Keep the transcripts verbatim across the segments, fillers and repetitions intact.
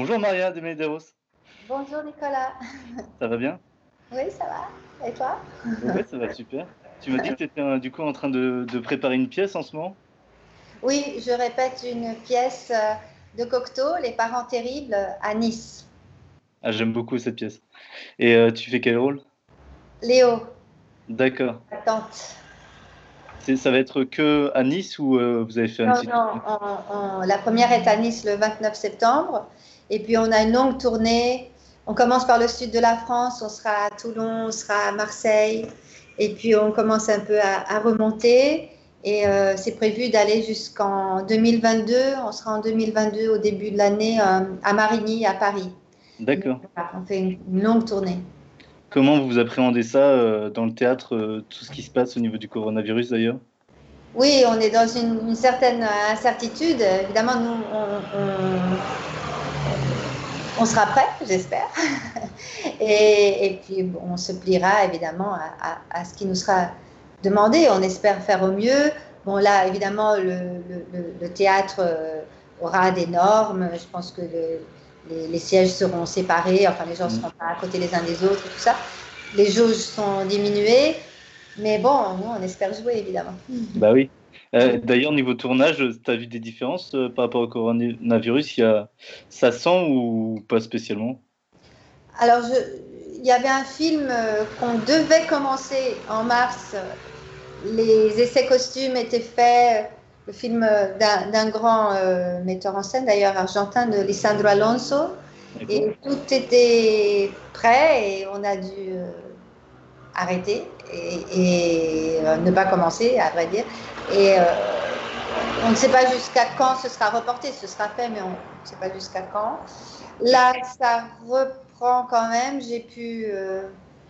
Bonjour Maria de Medeiros, Bonjour Nicolas. ça va bien? Oui, ça va. Et toi? Ouais, ça va super. Tu m'as dit que tu étais du coup en train de, de préparer une pièce en ce moment? Oui, je répète une pièce euh, de Cocteau, Les parents terribles, à Nice. Ah, j'aime beaucoup cette pièce. Et euh, tu fais quel rôle? Léo, D'accord. ma tante. C'est, ça va être que à Nice ou euh, vous avez fait une Non, petite non, tournée? on- on- la première est à Nice le vingt-neuf septembre. Et puis on a une longue tournée. On commence par le sud de la France, on sera à Toulon, on sera à Marseille. Et puis on commence un peu à, à remonter. Et euh, c'est prévu d'aller jusqu'en deux mille vingt-deux. On sera en deux mille vingt-deux au début de l'année euh, à Marigny, à Paris. Donc, D'accord. voilà, on fait une, une longue tournée. Comment vous appréhendez ça euh, dans le théâtre, euh, tout ce qui se passe au niveau du coronavirus d'ailleurs? Oui, on est dans une, une certaine incertitude. Évidemment, nous, on, on- on sera prêt, j'espère. Et, et puis, bon, on se pliera évidemment à, à- à ce qui nous sera demandé. On espère faire au mieux. Bon, là, évidemment, le, le- le- le théâtre euh, aura des normes. Je pense que le- les, les sièges seront séparés. Enfin, les gens ne Mm. seront pas à côté les uns des autres, tout ça. Les jauges sont diminuées. Mais bon, nous, on espère jouer, évidemment. Bah oui. Euh, d'ailleurs, niveau tournage, tu as vu des différences euh, par rapport au coronavirus? Il y a... Ça sent ou pas spécialement? Alors, je- il y avait un film euh, qu'on devait commencer en mars. Les essais costumes étaient faits, le film euh, d'un d'un grand euh, metteur en scène, d'ailleurs argentin, de Lisandro Alonso. D'accord. Et tout était prêt et on a dû euh, arrêter et, et, euh, ne pas commencer, à vrai dire. Et euh, on ne sait pas jusqu'à quand ce sera reporté. Ce sera fait, mais on ne sait pas jusqu'à quand. Là, ça reprend quand même. J'ai pu, euh,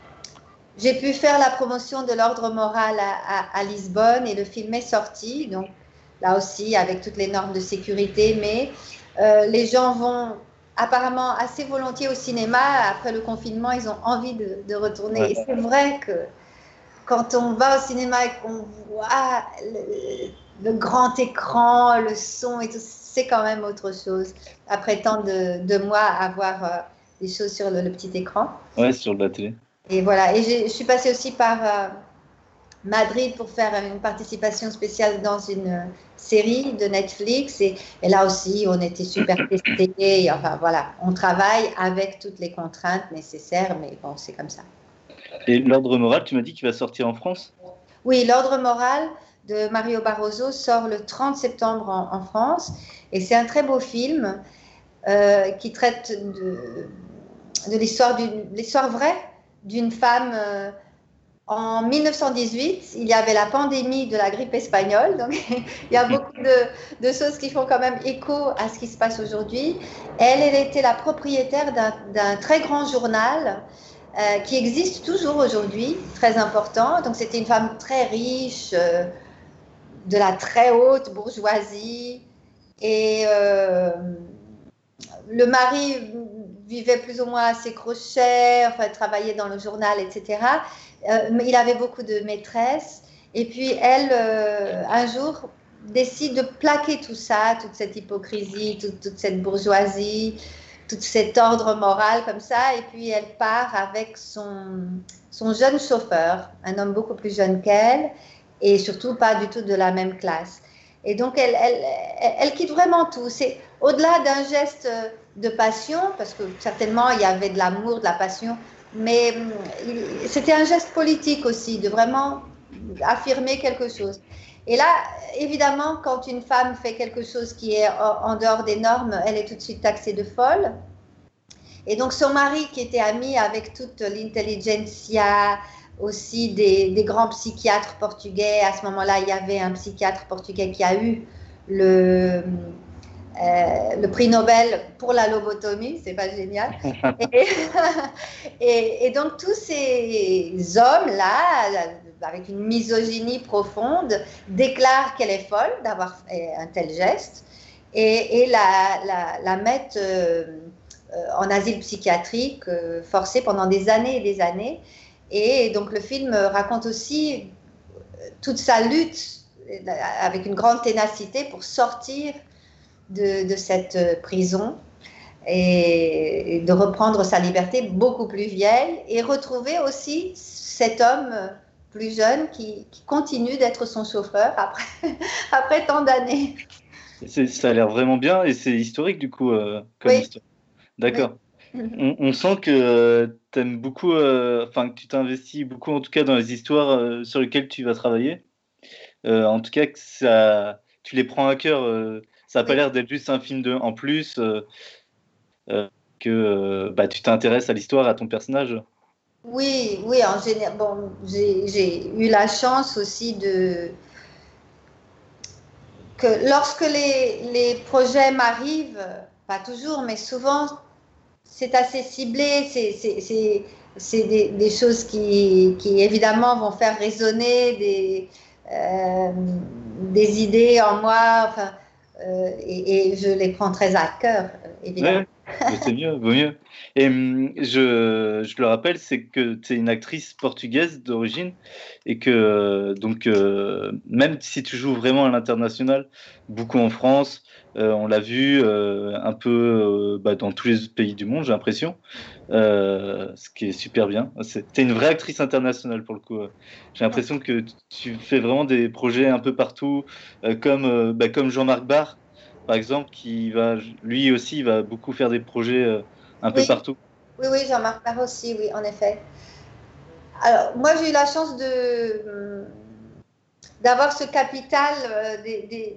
j'ai pu faire la promotion de l'ordre moral à, à, à Lisbonne et le film est sorti. Donc là aussi, avec toutes les normes de sécurité, mais euh, les gens vont apparemment assez volontiers au cinéma. Après le confinement, ils ont envie de, de retourner. Ouais. Et c'est vrai que quand on va au cinéma et qu'on voit le, le grand écran, le son et tout, c'est quand même autre chose. Après tant de, de mois à voir euh, des choses sur le, le petit écran. Ouais, sur la télé. Et voilà. Et je suis passée aussi par euh, Madrid pour faire une participation spéciale dans une euh, série de Netflix. Et, et là aussi, on était super testés. Et enfin voilà, on travaille avec toutes les contraintes nécessaires, mais bon, c'est comme ça. Et l'ordre moral, tu m'as dit qu'il va sortir en France? Oui, l'ordre moral de Mario Barroso sort le trente septembre en, en France et c'est un très beau film euh, qui traite de, de l'histoire d'une l'histoire vraie d'une femme. Euh, en mille neuf cent dix-huit, il y avait la pandémie de la grippe espagnole, donc il y a beaucoup de, de choses qui font quand même écho à ce qui se passe aujourd'hui. Elle, elle était la propriétaire d'un très grand journal euh, qui existe toujours aujourd'hui, très important. Donc c'était une femme très riche, euh, de la très haute bourgeoisie. Et euh, le mari vivait plus ou moins à ses crochets, enfin travaillait dans le journal, et cetera. Euh, mais il avait beaucoup de maîtresses. Et puis elle, euh, un jour, décide de plaquer tout ça, toute cette hypocrisie, toute, toute cette bourgeoisie, tout cet ordre moral comme ça. Et puis elle part avec son, son jeune chauffeur, un homme beaucoup plus jeune qu'elle, et surtout pas du tout de la même classe. Et donc, elle, elle, elle, elle quitte vraiment tout. C'est au-delà d'un geste de passion, parce que certainement, il y avait de l'amour, de la passion, mais c'était un geste politique aussi, de vraiment affirmer quelque chose. Et là, évidemment, quand une femme fait quelque chose qui est en dehors des normes, elle est tout de suite taxée de folle. Et donc, son mari, qui était ami avec toute l'intelligentsia, aussi des, des, grands psychiatres portugais. À ce moment-là, il y avait un psychiatre portugais qui a eu le, euh, le prix Nobel pour la lobotomie, c'est pas génial. Et, et, et donc tous ces hommes-là, avec une misogynie profonde, déclarent qu'elle est folle d'avoir fait un tel geste et, et la, la, la mettent euh, en asile psychiatrique, euh, forcé pendant des années et des années. Et donc le film raconte aussi toute sa lutte avec une grande ténacité pour sortir de, de cette prison. et de reprendre sa liberté beaucoup plus vieille et retrouver aussi cet homme plus jeune qui, qui continue d'être son chauffeur après, après tant d'années. Ça a l'air vraiment bien et c'est historique du coup euh, comme Oui, histoire. oui. D'accord. On, on sent que euh, tu aimes beaucoup, euh, enfin que tu t'investis beaucoup en tout cas dans les histoires euh, sur lesquelles tu vas travailler. Euh, en tout cas que ça, tu les prends à cœur. Euh, ça n'a pas Oui. l'air d'être juste un film de, en plus, euh, euh, que euh, bah, tu t'intéresses à l'histoire, à ton personnage. Oui, oui, en général, bon, j'ai j'ai eu la chance aussi de que lorsque les, les projets m'arrivent, pas toujours, mais souvent, c'est assez ciblé, c'est c'est des, des choses qui, qui, évidemment, vont faire résonner des, euh, des idées en moi, enfin, euh, et, et je les prends très à cœur, évidemment. Ouais, mais c'est mieux, vaut mieux. Et hum, je, je le rappelle, c'est que tu es une actrice portugaise d'origine et que euh, donc euh, même si tu joues vraiment à l'international, beaucoup en France, euh, on l'a vu euh, un peu euh, bah, dans tous les autres pays du monde, j'ai l'impression, euh, ce qui est super bien. C'est, t'es une vraie actrice internationale pour le coup. J'ai l'impression que tu fais vraiment des projets un peu partout, euh, comme, euh, bah, comme Jean-Marc Barr par exemple, qui va, lui aussi, il va beaucoup faire des projets euh, un peu Oui, partout. oui, oui, Jean-Marc Barr aussi, oui, en effet. Alors, moi, j'ai eu la chance de d'avoir ce capital euh, des, des,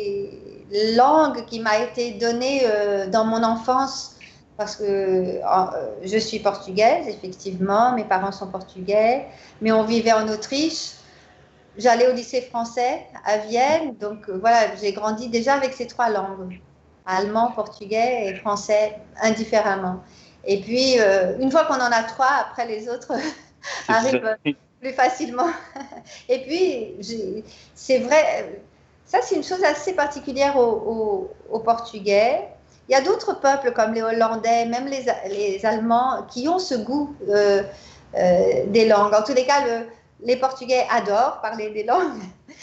des, langues qui m'a été donné euh, dans mon enfance, parce que euh, je suis portugaise, effectivement, mes parents sont portugais, mais on vivait en Autriche. J'allais au lycée français à Vienne, donc euh, voilà, j'ai grandi déjà avec ces trois langues, allemand, portugais et français, indifféremment. Et puis, euh, une fois qu'on en a trois, après les autres C'est plus arrivent facile. plus facilement. Et puis, c'est vrai, ça c'est une chose assez particulière aux, aux, aux Portugais. Il y a d'autres peuples comme les Hollandais, même les, les Allemands, qui ont ce goût euh, euh, des langues. En tous les cas, le, les Portugais adorent parler des langues.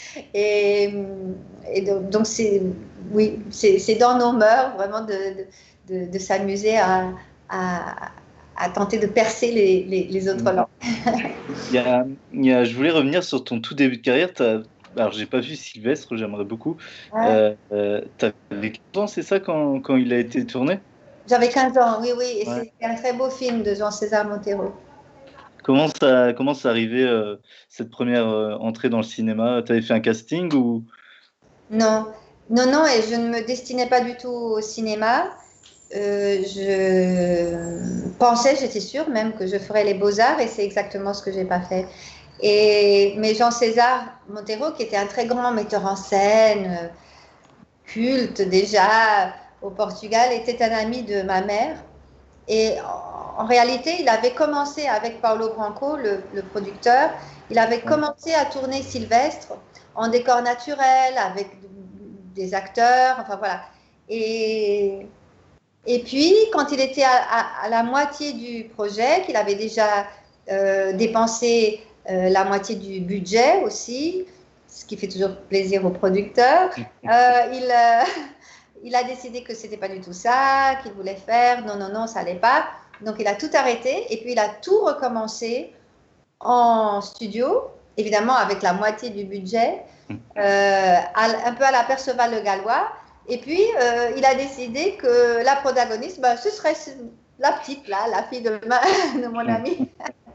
Et, et donc, c'est oui, c'est dans nos mœurs vraiment de, de, de, de s'amuser à, à, à, tenter de percer les, les, les autres langues. Il y a, il y a, je voulais revenir sur ton tout début de carrière. T'as, alors, j'ai pas vu Sylvestre, j'aimerais beaucoup. Ouais. Euh, euh, t'avais quinze ans, c'est ça, quand, quand il a été tourné? J'avais quinze ans, oui, oui, et Ouais. c'est un très beau film de Jean-César Montero. Comment ça, comment ça arrivait, euh, cette première euh, entrée dans le cinéma? T'avais fait un casting ou... Non, non, non, et je ne me destinais pas du tout au cinéma. Euh, je pensais, j'étais sûre même que je ferais les beaux-arts et c'est exactement ce que j'ai pas fait. Et, mais Jean-César Montero, qui était un très grand metteur en scène, euh, culte déjà au Portugal, était un ami de ma mère. Et en, en réalité, il avait commencé avec Paulo Branco, le, le producteur, il avait Ouais. commencé à tourner Sylvestre en décor naturel, avec des acteurs, enfin voilà. Et et puis, quand il était à, à, à la moitié du projet, qu'il avait déjà euh, dépensé euh, la moitié du budget aussi, ce qui fait toujours plaisir aux producteurs, euh, il, euh, il a décidé que c'était pas du tout ça qu'il voulait faire. Non, non, non, ça allait pas. Donc, il a tout arrêté et puis il a tout recommencé en studio, évidemment avec la moitié du budget, euh, à, un peu à la Perceval le Gallois. Et puis, euh, il a décidé que la protagoniste, ben, ce serait la petite, là, la fille de, ma, de mon ami.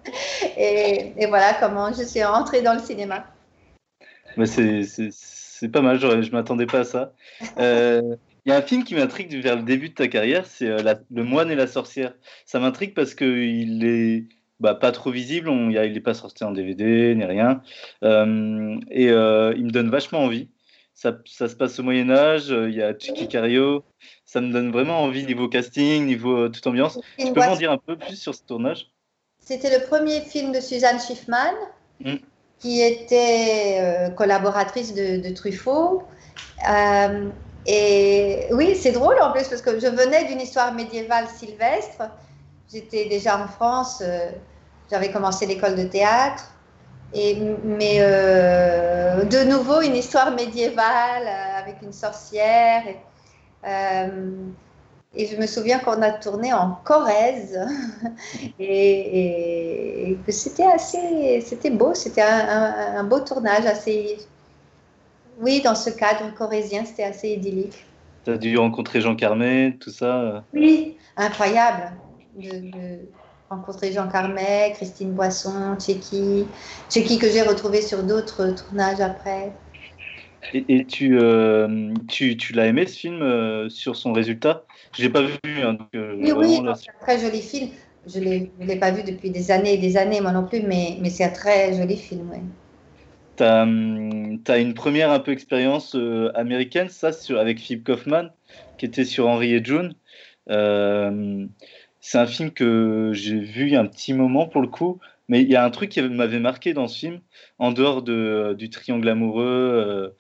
Et, et, voilà comment je suis entrée dans le cinéma. Bah, c'est, c'est, c'est pas mal, je, je m'attendais pas à ça. Euh, Il y a un film qui m'intrigue vers le début de ta carrière, c'est euh, la- Le Moine et la Sorcière. Ça m'intrigue parce qu'il est bah, pas trop visible, on, y a- il n'est pas sorti en D V D ni rien. Euh, et euh, il me donne vachement envie. Ça, ça se passe au Moyen-Âge, euh, il y a Chicky Cario. Ça me donne vraiment envie niveau casting, niveau euh, toute ambiance. Tu peux m'en dire un peu plus sur ce tournage? C'était le premier film de Suzanne Schiffman, Mm. qui était euh, collaboratrice de, de Truffaut. Euh, et oui, c'est drôle en plus parce que je venais d'une histoire médiévale sylvestre. J'étais déjà en France, euh, j'avais commencé l'école de théâtre. Et, mais euh, de nouveau, une histoire médiévale euh, avec une sorcière. Et, euh, Et je me souviens qu'on a tourné en Corrèze et, et, et que c'était assez, c'était beau, c'était un, un, un beau tournage, assez, oui, dans ce cadre corrézien, c'était assez idyllique. Tu as dû rencontrer Jean Carmet, tout ça. Oui, incroyable de, de rencontrer Jean Carmet, Christine Boisson, Tchéky, Tchéky que j'ai retrouvé sur d'autres tournages après. Et, et tu, euh, tu, tu l'as aimé ce film euh, sur son résultat? Je l'ai pas vu, hein, donc euh, Oui, vraiment oui, là. c'est un très joli film. Je ne l'ai pas vu depuis des années et des années, moi non plus, mais, mais c'est un très joli film, oui. Tu as, une première un peu expérience euh, américaine, ça, sur, avec Philip Kaufman, qui était sur Henry et June. Euh, c'est un film que j'ai vu il y a un petit moment pour le coup, mais il y a un truc qui m'avait marqué dans ce film, en dehors de, du triangle amoureux, euh,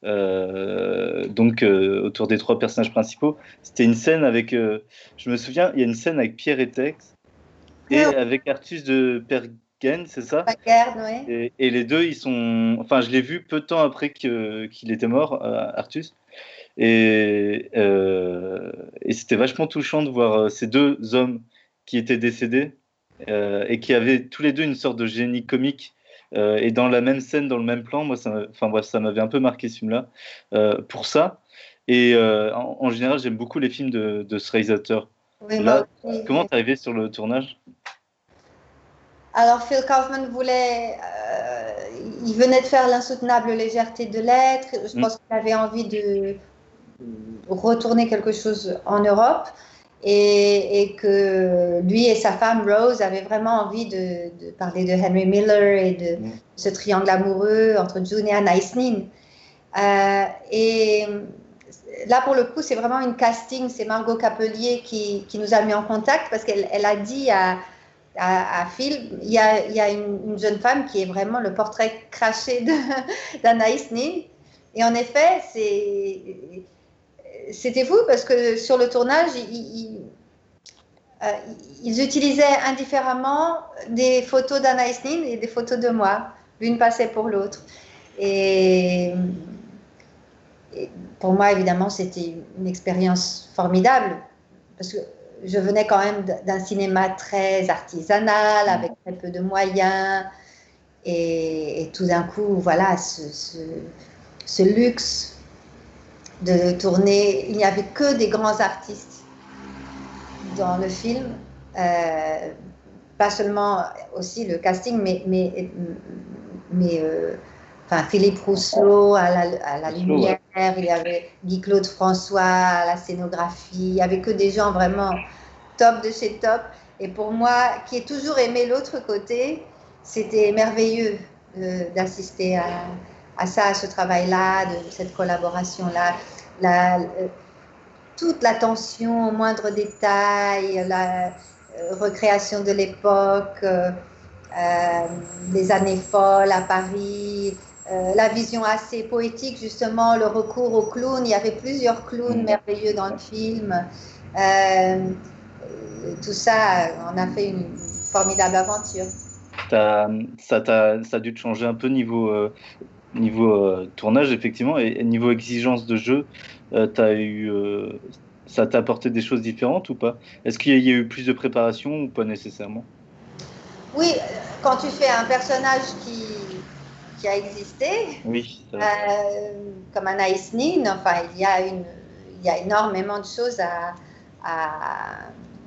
euh, donc euh, autour des trois personnages principaux. C'était une scène avec, euh, je me souviens, il y a une scène avec Pierre et Tex et Ah, avec Artus de Pergen, c'est ça? Bagarre, oui. Et, et les deux, ils sont. Enfin, je l'ai vu peu de temps après que, qu'il était mort, euh, Artus. Et, euh, et c'était vachement touchant de voir euh, ces deux hommes qui étaient décédés euh, et qui avaient tous les deux une sorte de génie comique. Euh, et dans la même scène, dans le même plan, moi, ça, m'a- enfin, bref, ça m'avait un peu marqué ce film-là euh, pour ça. Et euh, en, en général, j'aime beaucoup les films de, de ce réalisateur. Oui, moi Là, aussi. comment t'es arrivé sur le tournage? Alors, Phil Kaufman voulait, euh, il venait de faire l'insoutenable légèreté de l'être. Je Hmm. pense qu'il avait envie de retourner quelque chose en Europe et, et que lui et sa femme Rose avaient vraiment envie de, de parler de Henry Miller et de Hmm. ce triangle amoureux entre June et Anaïs Nin. Euh, et là, pour le coup, c'est vraiment une casting. C'est Margot Capelier qui, qui nous a mis en contact parce qu'elle elle a dit à, à, à Phil, il y a, il y a une, une jeune femme qui est vraiment le portrait craché d'Anaïs Nin. Et en effet, c'est, c'était fou parce que sur le tournage, ils, ils, euh, ils utilisaient indifféremment des photos d'Anaïs Nin et des photos de moi. L'une passait pour l'autre. Et Et pour moi, évidemment, c'était une expérience formidable parce que je venais quand même d'un cinéma très artisanal, avec très peu de moyens. Et, et tout d'un coup, voilà, ce, ce, ce luxe de tourner. Il n'y avait que des grands artistes dans le film. Euh, pas seulement aussi le casting, mais, mais, mais euh, enfin, Philippe Rousselot à la, à la Oslo, lumière, ouais. il y avait Guy-Claude François à la scénographie, il n'y avait que des gens vraiment top de chez top. Et pour moi, qui ai toujours aimé l'autre côté, c'était merveilleux d'assister à, à ça, à ce travail-là, de cette collaboration-là. La, toute l'attention au moindre détail, la euh, recréation de l'époque, euh, euh, les années folles à Paris, euh, la vision assez poétique, justement, le recours au clown. Il y avait plusieurs clowns Hmm. merveilleux dans le film. Euh, tout ça, on a fait une formidable aventure. T'as- ça, t'a- ça a dû te changer un peu niveau, euh, niveau euh, tournage, effectivement, et, et niveau exigence de jeu, euh, t'as eu, euh, ça t'a apporté des choses différentes ou pas? Est-ce qu'il y, a il y a eu plus de préparation ou pas nécessairement? Oui, quand tu fais un personnage qui, qui a existé, Oui, ça- euh, comme Anaïs Nin, enfin, il y a, une, il y a énormément de choses à, à,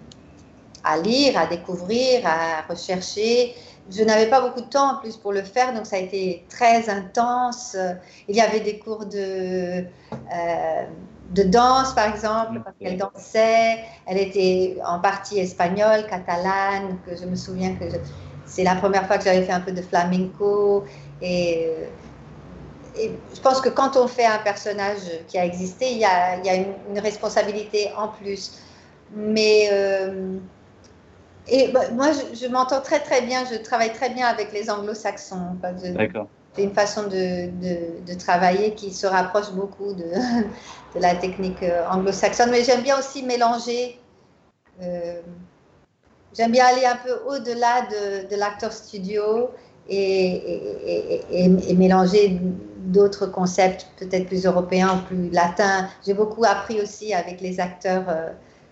à lire, à découvrir, à rechercher. Je n'avais pas beaucoup de temps en plus pour le faire, donc ça a été très intense. Il y avait des cours de, euh, de danse, par exemple, parce qu'elle dansait. Elle était en partie espagnole, catalane, que je me souviens que je, c'est la première fois que j'avais fait un peu de flamenco. Et, et je pense que quand on fait un personnage qui a existé, il y a, il y a une, une responsabilité en plus. Mais euh, et bah, moi, je, je m'entends très très bien, je travaille très bien avec les anglo-saxons. Enfin, D'accord. c'est une façon de, de, de, travailler qui se rapproche beaucoup de, de la technique anglo-saxonne. Mais j'aime bien aussi mélanger, euh, j'aime bien aller un peu au-delà de, de l'acteur studio et, et, et, et, et mélanger d'autres concepts peut-être plus européens ou plus latins. J'ai beaucoup appris aussi avec les acteurs euh,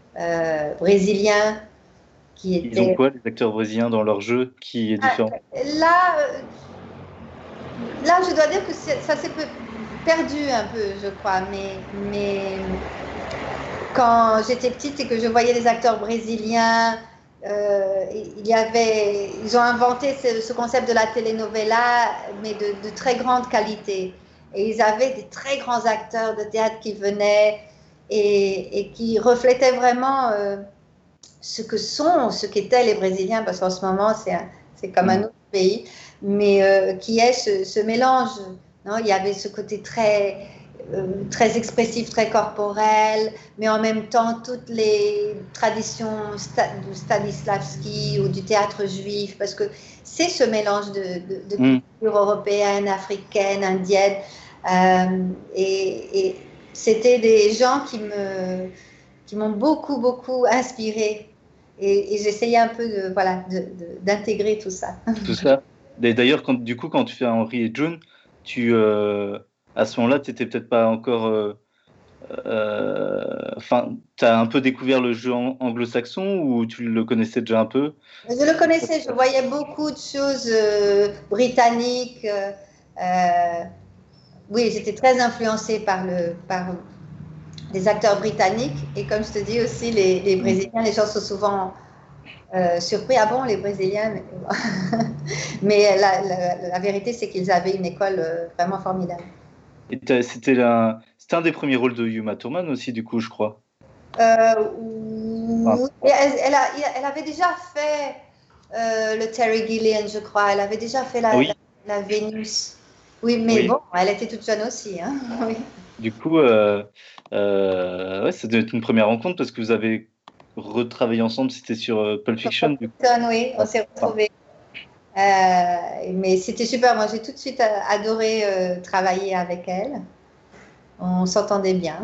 euh, brésiliens qui Ils ont étaient... quoi, les acteurs brésiliens, dans leur jeu qui est Ah, différent? là, euh, là, je dois dire que ça s'est perdu un peu, je crois, mais, mais quand j'étais petite et que je voyais les acteurs brésiliens, euh, il y avait, ils ont inventé ce, ce concept de la telenovela, mais de, de très grande qualité. Et ils avaient des très grands acteurs de théâtre qui venaient et, et qui reflétaient vraiment euh, ce que sont, ce qu'étaient les Brésiliens, parce qu'en ce moment, c'est comme un autre pays, mais euh, qui est ce, ce mélange. Non, il y avait ce côté très, euh, très expressif, très corporel, mais en même temps toutes les traditions sta de Stanislavski ou du théâtre juif, parce que c'est ce mélange de, de, de Mm. culture européenne, africaine, indienne. Euh, et, et c'était des gens qui me qui m'ont beaucoup, beaucoup inspiré. Et, et j'essayais un peu de, voilà, d'intégrer tout ça. Tout ça. D'ailleurs, quand, du coup, quand tu fais Henri et June, tu, euh, à ce moment-là, tu n'étais peut-être pas encore... Enfin, euh, euh, tu as un peu découvert le jeu anglo-saxon ou tu le connaissais déjà un peu? Je le connaissais, je voyais beaucoup de choses euh, britanniques. Euh, euh, oui, j'étais très influencée par, le, par les acteurs britanniques. Et comme je te dis aussi, les, les Brésiliens, les gens sont souvent euh, surpris. Ah bon, les Brésiliens? Mais, mais la, la, la vérité, c'est qu'ils avaient une école euh, vraiment formidable. Et c'était un des premiers rôles de Uma Thurman aussi, du coup, je crois. Euh, oui, elle, elle, a, elle, avait déjà fait euh, le Terry Gilliam, je crois. Elle avait déjà fait la, Ah oui. la, la Vénus. Oui, mais oui. Bon, elle était toute jeune aussi. Hein. Oui. Du coup, euh, euh, ouais, ça devait être une première rencontre parce que vous avez retravaillé ensemble. C'était sur euh, Pulp Fiction. Pulp Fiction, oui, on s'est retrouvés. Euh, mais c'était super. Moi, j'ai tout de suite adoré euh, travailler avec elle. On s'entendait bien.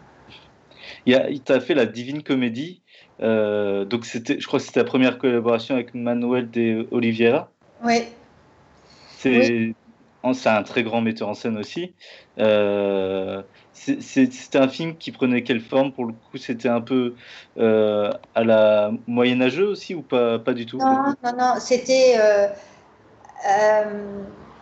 Il t'a fait la Divine Comédie. Euh, donc, c'était, je crois que c'était la première collaboration avec Manuel de Oliveira. Oui. C'est oui. un très grand metteur en scène aussi. Euh, c'était un film qui prenait quelle forme? Pour le coup, c'était un peu euh, à la moyenâgeux aussi ou pas, pas du tout? Non, non, non. C'était... Euh, euh,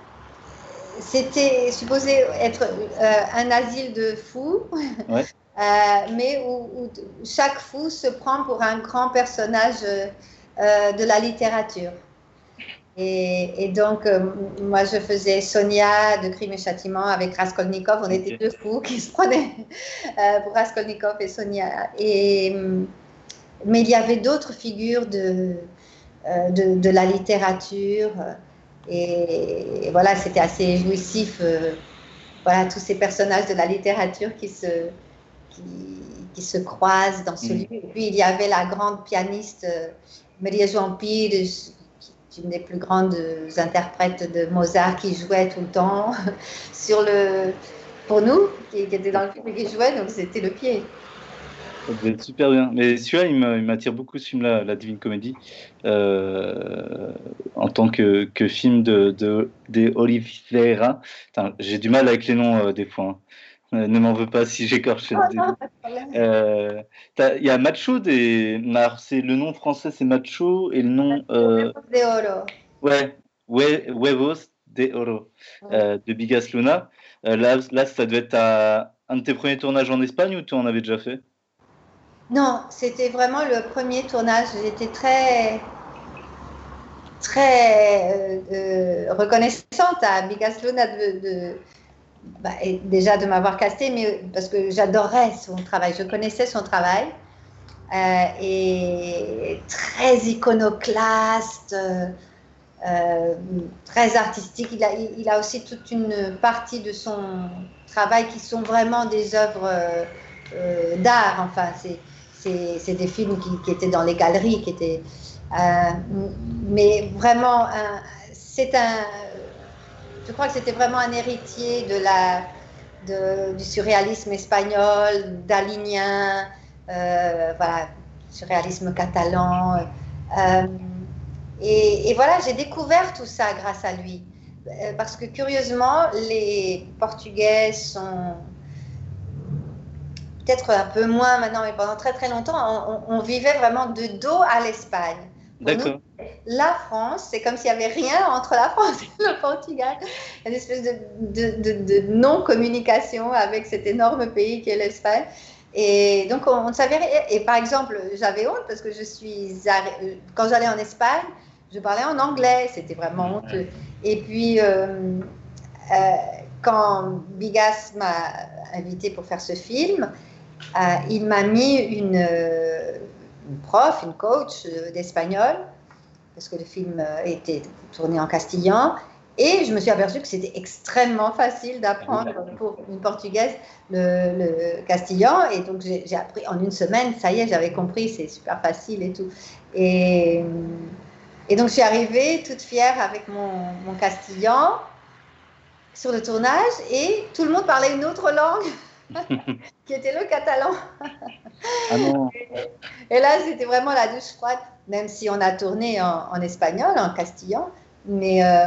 C'était supposé être euh, un asile de fous, ouais. euh, mais où, où, chaque fou se prend pour un grand personnage euh, de la littérature. Et, et donc, euh, moi, je faisais Sonia de Crime et Châtiment avec Raskolnikov. On okay. était deux fous qui se prenaient euh, pour Raskolnikov et Sonia. Et, mais il y avait d'autres figures de, euh, de, de la littérature. Et, et voilà, c'était assez jouissif. Euh, voilà, tous ces personnages de la littérature qui se, qui, qui se croisent dans ce mmh. lieu. Et puis, il y avait la grande pianiste euh, Maria João Pires, qui est une des plus grandes interprètes de Mozart, qui jouait tout le temps sur le, pour nous, qui, qui était dans le film et qui jouait, donc c'était le pied. Ça devait être super bien. Mais celui-là, il m'attire beaucoup, ce film-là, La Divine Comédie, euh, en tant que, que film de, de, de Oliveira. J'ai du mal avec les noms euh, des fois. Hein. Euh, ne m'en veux pas si j'écorche. Il oh, euh, y a Macho, des... c'est le nom français, c'est Macho, et le nom... Euh... De Oro. Ouais, Huevos de Oro, euh, de Bigas Luna. Euh, là, là, ça devait être à un de tes premiers tournages en Espagne ou tu en avais déjà fait? Non, c'était vraiment le premier tournage. J'étais très, très euh, reconnaissante à Bigas Luna de, de bah, déjà de m'avoir casté, mais parce que j'adorais son travail. Je connaissais son travail euh, et très iconoclaste, euh, euh, très artistique. Il a, il a aussi toute une partie de son travail qui sont vraiment des œuvres euh, euh, d'art. Enfin, c'est c'est des films qui, qui étaient dans les galeries, qui étaient, euh, mais vraiment, c'est un, je crois que c'était vraiment un héritier de la, de, du surréalisme espagnol, dalinien, euh, voilà, surréalisme catalan, euh, et, et voilà, j'ai découvert tout ça grâce à lui, parce que curieusement, les Portugais sont peut-être un peu moins maintenant, mais pendant très très longtemps, on, on vivait vraiment de dos à l'Espagne. Pour nous, la France, c'est comme s'il n'y avait rien entre la France et le Portugal. Il y a une espèce de, de, de, de non-communication avec cet énorme pays qu'est l'Espagne. Et donc, on, on ne savait rien. Et par exemple, j'avais honte parce que je suis... Quand j'allais en Espagne, je parlais en anglais. C'était vraiment honteux. Et puis, euh, euh, quand Bigas m'a invité pour faire ce film, euh, il m'a mis une... Euh, une prof, une coach d'espagnol, parce que le film était tourné en castillan, et je me suis aperçue que c'était extrêmement facile d'apprendre pour une portugaise le, le castillan, et donc j'ai appris en une semaine, ça y est, j'avais compris, c'est super facile et tout. Et, et donc je suis arrivée toute fière avec mon, mon castillan sur le tournage, et tout le monde parlait une autre langue, qui était le catalan. Ah non. Et là, c'était vraiment la douche froide, même si on a tourné en, en espagnol, en castillan. Mais, euh,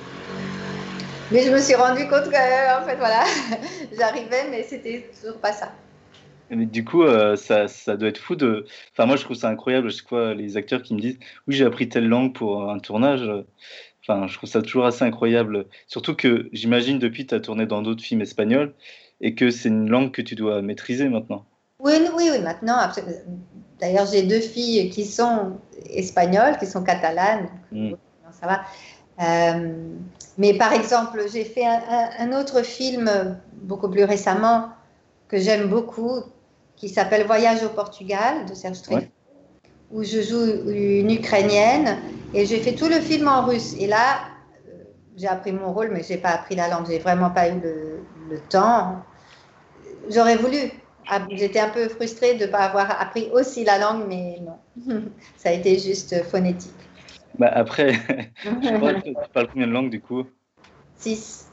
mais je me suis rendu compte que, en fait, voilà, j'arrivais, mais c'était toujours pas ça. Mais du coup, euh, ça, ça doit être fou de. Enfin, moi, je trouve ça incroyable. Je vois les acteurs qui me disent oui, j'ai appris telle langue pour un tournage. Enfin, je trouve ça toujours assez incroyable. Surtout que j'imagine depuis, tu as tourné dans d'autres films espagnols et que c'est une langue que tu dois maîtriser maintenant. Oui, oui, oui, maintenant. D'ailleurs, j'ai deux filles qui sont espagnoles, qui sont catalanes. Mm. Ça va. Euh, mais par exemple, j'ai fait un, un, un autre film beaucoup plus récemment que j'aime beaucoup, qui s'appelle Voyage au Portugal de Serge Truffaut, ouais. Où je joue une Ukrainienne et j'ai fait tout le film en russe. Et là, j'ai appris mon rôle, mais j'ai pas appris la langue. J'ai vraiment pas eu le, le temps. J'aurais voulu. J'étais un peu frustrée de ne pas avoir appris aussi la langue, mais non. Ça a été juste phonétique. Bah après, je crois que tu parles combien de langues du coup? Six.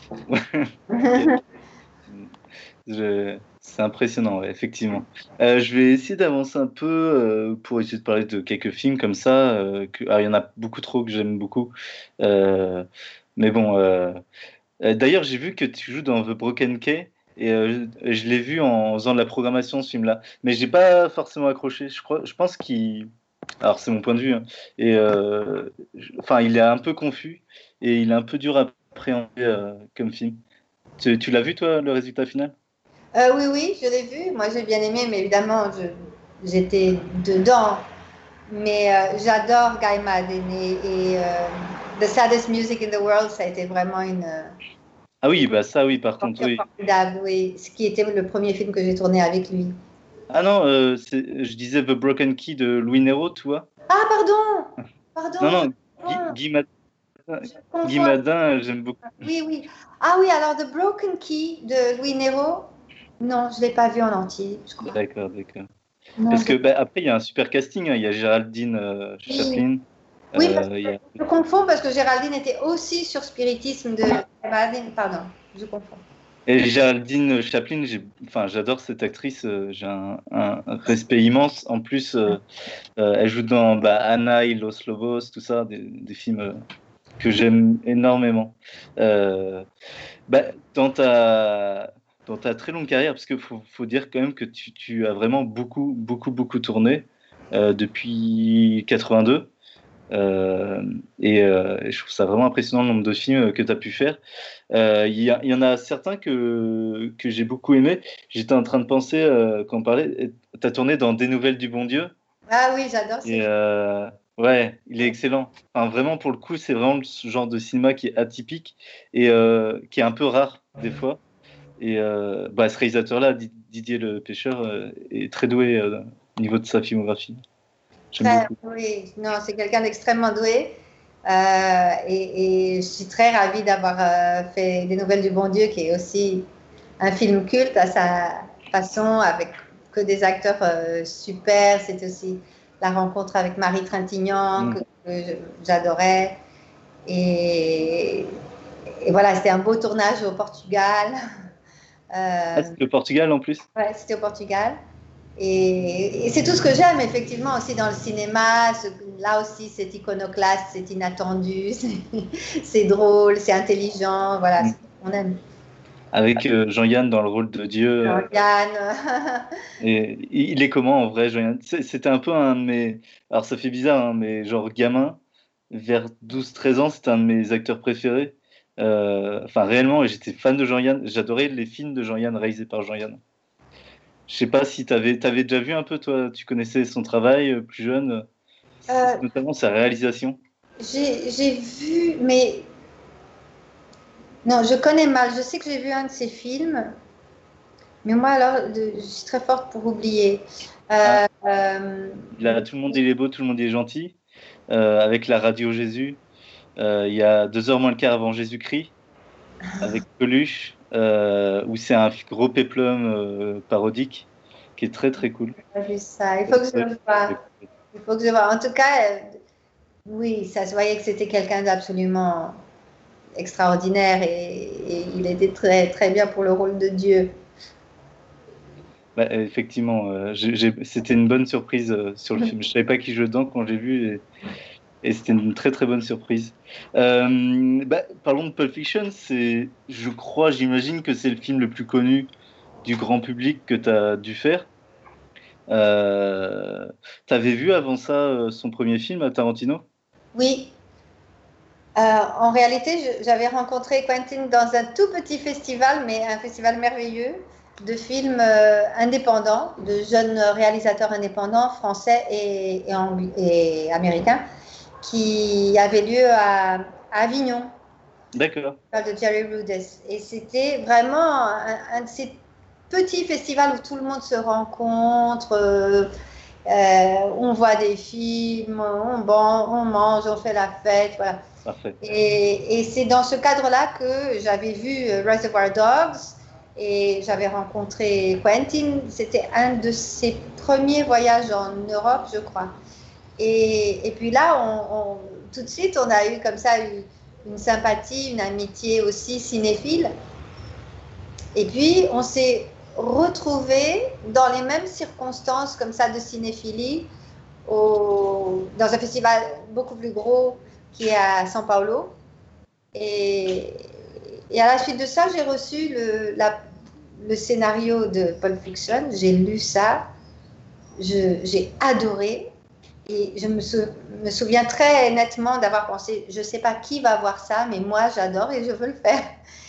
je... C'est impressionnant, ouais, effectivement. Euh, je vais essayer d'avancer un peu euh, pour essayer de parler de quelques films comme ça. Euh, que... Alors, il y en a beaucoup trop que j'aime beaucoup. Euh... Mais bon. Euh... D'ailleurs, j'ai vu que tu joues dans The Broken Key. Et euh, je l'ai vu en faisant de la programmation, ce film-là. Mais j'ai pas forcément accroché. Je, crois, je pense qu'il... Alors, c'est mon point de vue. Hein. Et, euh, je... Enfin, il est un peu confus. Et il est un peu dur à appréhender euh, comme film. Tu, tu l'as vu, toi, le résultat final? euh, Oui, oui, je l'ai vu. Moi, j'ai bien aimé, mais évidemment, j'étais dedans. Mais euh, j'adore Guy Maddin. Et, et euh, The Saddest Music in the World, ça a été vraiment une... Ah oui, bah ça oui, par contre, oui. oui. Ce qui était le premier film que j'ai tourné avec lui. Ah non, euh, je disais The Broken Key de Louis Nero, tu vois. Ah, pardon Pardon Non, non, Guy, Guy Maddin, Guy Maddin, j'aime beaucoup. Oui, oui. Ah oui, alors The Broken Key de Louis Nero, non, je ne l'ai pas vu en entier, je crois. D'accord, d'accord. Parce que bah, après, il y a un super casting, hein. Il y a Géraldine euh, oui. Chaplin. Oui, parce euh, que a... je confonds parce que Géraldine était aussi sur Spiritisme de Maddin. Pardon, je confonds. Et Géraldine Chaplin, enfin, j'adore cette actrice, euh, j'ai un, un, un respect immense. En plus, euh, euh, elle joue dans bah, Anna et Los Lobos, tout ça, des, des films euh, que j'aime énormément. Euh, bah, dans, ta, dans ta très longue carrière, parce qu'il faut, faut dire quand même que tu, tu as vraiment beaucoup, beaucoup, beaucoup tourné euh, depuis quatre-vingt-deux. Euh, et, euh, et je trouve ça vraiment impressionnant le nombre de films que tu as pu faire. Il euh, y, y en a certains que, que j'ai beaucoup aimés. J'étais en train de penser, euh, quand on parlait, tu as tourné dans Des Nouvelles du Bon Dieu. Ah oui, j'adore et euh, Ouais, il est excellent. Enfin, vraiment, pour le coup, c'est vraiment ce genre de cinéma qui est atypique et euh, qui est un peu rare des fois. Et euh, bah, ce réalisateur-là, Didier Le Pêcheur, euh, est très doué euh, au niveau de sa filmographie. Très, oui, non, c'est quelqu'un d'extrêmement doué. Euh, et, et je suis très ravie d'avoir euh, fait Des Nouvelles du Bon Dieu, qui est aussi un film culte à sa façon, avec que des acteurs euh, super. C'était aussi la rencontre avec Marie Trintignant, mm. que, que j'adorais. Et, et voilà, c'était un beau tournage au Portugal. Euh, ah, c'était au Portugal en plus? Ouais, c'était au Portugal. Et, et c'est tout ce que j'aime, effectivement, aussi dans le cinéma. Ce, là aussi, c'est iconoclaste, c'est inattendu, c'est drôle, c'est intelligent. Voilà, mm. on aime. avec euh, Jean-Yann dans le rôle de Dieu. euh, Jean-Yann. et il est comment en vrai, Jean-Yann? C'est- C'était un peu un de mes. Alors ça fait bizarre, hein, mais genre gamin, vers douze treize ans, c'était un de mes acteurs préférés. Euh, Enfin, réellement, et j'étais fan de Jean-Yann. J'adorais les films de Jean-Yann réalisés par Jean-Yann. Je sais pas si t'avais t'avais déjà vu un peu, toi, tu connaissais son travail euh, plus jeune, euh, Euh, notamment sa réalisation. j'ai, j'ai vu, mais non, je connais mal. Je sais que j'ai vu un de ses films, mais moi, alors, de- je suis très forte pour oublier. Ah, Euh, euh, il a Tout le monde il est beau, tout le monde est gentil, euh, avec la radio Jésus. Euh, il y a deux heures moins le quart avant Jésus-Christ, avec Coluche, euh, où c'est un gros péplum euh, parodique qui est très très cool. j'ai pas vu ça. Il faut que je le voie. Il faut que je vois. En tout cas, euh, oui, ça se voyait que c'était quelqu'un d'absolument extraordinaire et, et il était très, très bien pour le rôle de Dieu. Bah, effectivement, euh, j'ai- j'ai- c'était une bonne surprise euh, sur le film. Je savais pas qui jouait dedans quand j'ai vu et, et c'était une très très bonne surprise. Euh, bah, parlons de Pulp Fiction, c'est, je crois, j'imagine que c'est le film le plus connu du grand public que tu as dû faire. Euh, T'avais vu avant ça euh, son premier film à Tarantino? Oui, euh, en réalité, je- j'avais rencontré Quentin dans un tout petit festival, mais un festival merveilleux de films euh, indépendants, de jeunes réalisateurs indépendants français et, et, angl- et américains, qui avait lieu à, à Avignon, D'accord, de Jerry Rudess. Et c'était vraiment un, un de ces petits festivals où tout le monde se rencontre. euh, euh, on voit des films, on, bon, on mange, on fait la fête, voilà. parfait. Et, et c'est dans ce cadre-là que j'avais vu euh, Reservoir Dogs et j'avais rencontré Quentin. C'était un de ses premiers voyages en Europe, je crois. Et, et puis là, on, on, tout de suite, on a eu comme ça une, une sympathie, une amitié aussi cinéphile. Et puis, on s'est retrouvés dans les mêmes circonstances comme ça de cinéphilie au, dans un festival beaucoup plus gros qui est à São Paulo. Et, et à la suite de ça, j'ai reçu le, la, le scénario de Pulp Fiction. J'ai lu ça. Je, j'ai adoré. Et je me, sou, me souviens très nettement d'avoir pensé, je ne sais pas qui va voir ça, mais moi j'adore et je veux le faire.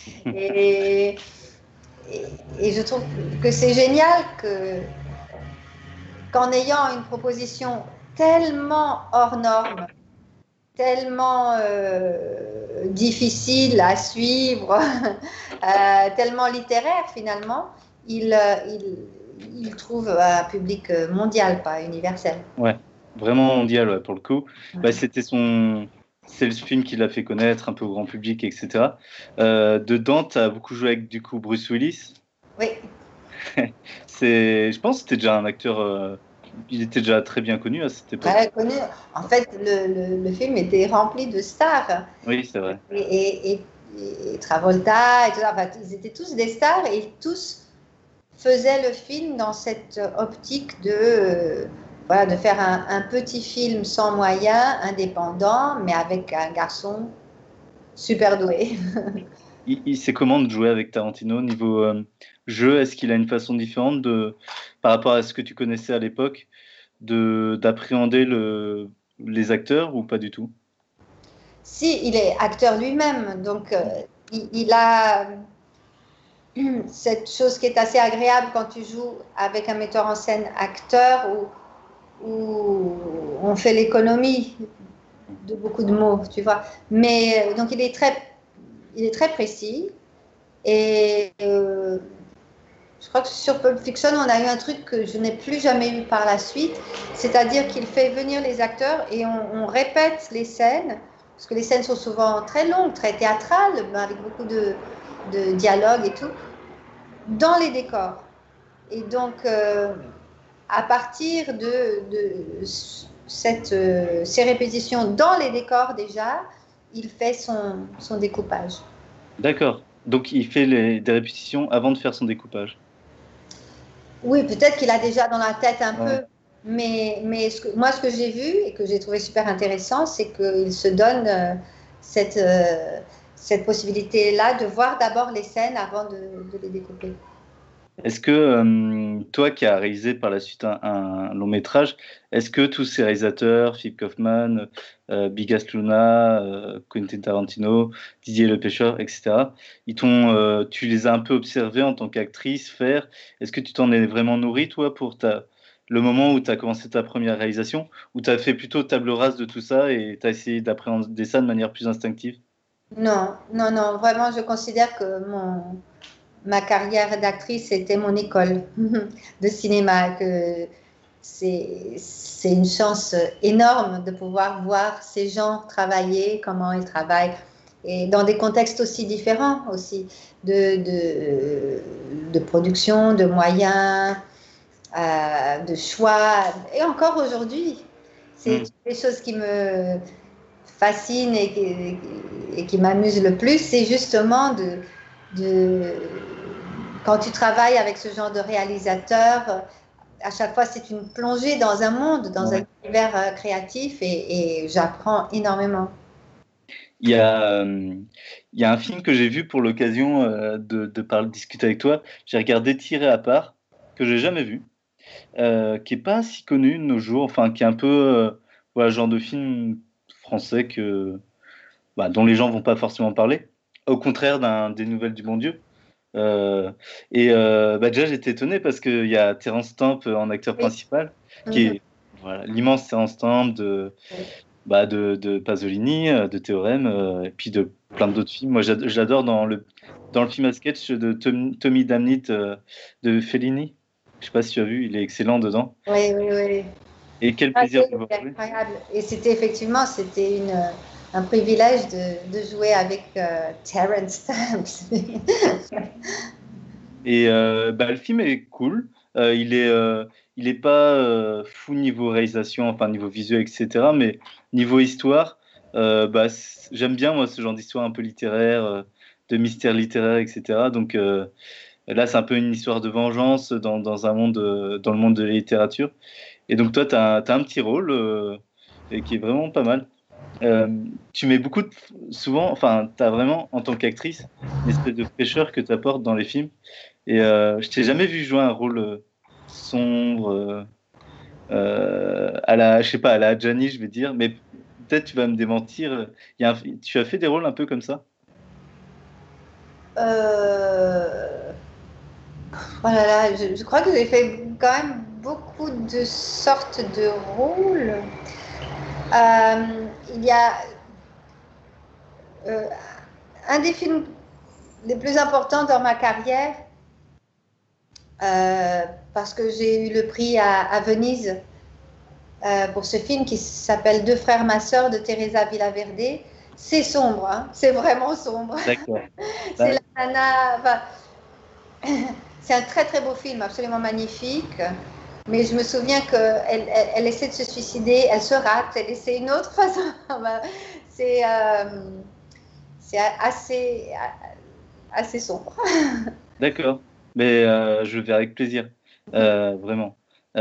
Et, et, et je trouve que c'est génial que, qu'en ayant une proposition tellement hors norme, tellement euh, difficile à suivre, euh, tellement littéraire finalement, il, il, il trouve un public mondial, pas universel. Ouais, vraiment mondial ouais, pour le coup. Bah, c'était son, c'est le film qui l'a fait connaître un peu au grand public, et cetera. Euh, dedans, tu as beaucoup joué avec du coup Bruce Willis. Oui. C'est, je pense que c'était déjà un acteur, euh, il était déjà très bien connu à cette époque. Très connu. En fait, le, le, le, film était rempli de stars. Oui, c'est vrai. Et, et, et, et Travolta, et tout ça. Enfin, ils étaient tous des stars et tous faisaient le film dans cette optique de, euh, voilà, de faire un, un petit film sans moyens, indépendant, mais avec un garçon super doué. Il, il sait comment de jouer avec Tarantino niveau euh, jeu. Est-ce qu'il a une façon différente de, par rapport à ce que tu connaissais à l'époque, de d'appréhender le, les acteurs ou pas du tout? Si, il est acteur lui-même, donc euh, il, il a cette chose qui est assez agréable quand tu joues avec un metteur en scène acteur où, où on fait l'économie de beaucoup de mots, tu vois. Mais donc il est très, il est très précis et euh, je crois que sur Pulp Fiction on a eu un truc que je n'ai plus jamais eu par la suite, c'est-à-dire qu'il fait venir les acteurs et on, on répète les scènes parce que les scènes sont souvent très longues, très théâtrales, avec beaucoup de, de dialogue et tout, dans les décors. Et donc, euh, à partir de, de cette, euh, ces répétitions dans les décors déjà, il fait son, son découpage. D'accord. Donc il fait les, des répétitions avant de faire son découpage. Oui, peut-être qu'il a déjà dans la tête un Ouais. peu, mais, mais ce que, moi, ce que j'ai vu et que j'ai trouvé super intéressant, c'est qu'il se donne euh, cette, euh, cette possibilité-là de voir d'abord les scènes avant de, de les découper. Est-ce que euh, toi qui as réalisé par la suite un, un long métrage, est-ce que tous ces réalisateurs, Philippe Kaufman, euh, Bigas Luna, euh, Quentin Tarantino, Didier Le Pêcheur, et cetera, ils t'ont, euh, tu les as un peu observés en tant qu'actrice faire? Est-ce que tu t'en es vraiment nourri, toi, pour ta, le moment où tu as commencé ta première réalisation, ou tu as fait plutôt table rase de tout ça et tu as essayé d'appréhender ça de manière plus instinctive? Non, non, non, vraiment, je considère que mon, ma carrière d'actrice était mon école de cinéma, que c'est, c'est une chance énorme de pouvoir voir ces gens travailler, comment ils travaillent, et dans des contextes aussi différents aussi, de, de, de production, de moyens, euh, de choix, et encore aujourd'hui, c'est Hmm. des choses qui me fascinent et qui, et qui m'amusent le plus, c'est justement de, de quand tu travailles avec ce genre de réalisateur, à chaque fois, c'est une plongée dans un monde, dans un Ouais. univers euh, créatif et, et j'apprends énormément. Il y a, euh, il y a un film que j'ai vu pour l'occasion euh, de, de parler, discuter avec toi. J'ai regardé Tiré à part, que j'ai jamais vu, euh, qui est pas si connu de nos jours, enfin qui est un peu euh, voilà, genre de film français que, bah, dont les gens vont pas forcément parler, au contraire d'un des Nouvelles du Bon Dieu. Euh, et euh, bah, déjà j'étais étonné parce qu'il y a Terence Stamp en acteur Oui. principal, qui Mhm. est voilà, l'immense Terence Stamp de Oui. bah, de, de Pasolini, euh, de Théorème, euh, et puis de plein d'autres films. Moi, j'ad- j'adore dans le, dans le film à sketch de Tom- Tommy Damnit euh, de Fellini. Je sais pas si tu as vu, il est excellent dedans. Oui, oui, oui. Et quel Ah, plaisir c'est de le voir jouer. incroyable. Et c'était effectivement, c'était une, un privilège de, de jouer avec euh, Terence Stamp. Et euh, bah, le film est cool. Euh, il est, euh, il est pas euh, fou niveau réalisation, enfin niveau visuel, et cetera. Mais niveau histoire, euh, bah, c- j'aime bien moi ce genre d'histoire un peu littéraire, euh, de mystère littéraire, et cetera. Donc euh, là, c'est un peu une histoire de vengeance dans, dans un monde, euh, dans le monde de la littérature. Et donc, toi, tu as, un t'as un petit rôle euh, et qui est vraiment pas mal. Euh, tu mets beaucoup de, souvent, enfin, tu as vraiment, en tant qu'actrice, une espèce de fraîcheur que tu apportes dans les films. Et euh, je t'ai jamais vu jouer un rôle euh, sombre, euh, euh, à la, je sais pas, à la Adjani, je vais dire, mais peut-être tu vas me démentir. Il y a un- tu as fait des rôles un peu comme ça? Euh, oh là là, je, je crois que j'ai fait quand même beaucoup de sortes de rôles. Euh, il y a euh, un des films les plus importants dans ma carrière, euh, parce que j'ai eu le prix à, à Venise euh, pour ce film qui s'appelle Deux frères, ma sœur de Teresa Villaverde. C'est sombre, hein, c'est vraiment sombre. D'accord. C'est Bah, la nana, enfin, c'est un très très beau film, absolument magnifique. Mais je me souviens qu'elle elle, elle essaie de se suicider, elle se rate, elle essaie une autre façon. c'est euh, c'est assez, assez sombre. d'accord. Mais euh, je le verrai avec plaisir. Euh, vraiment.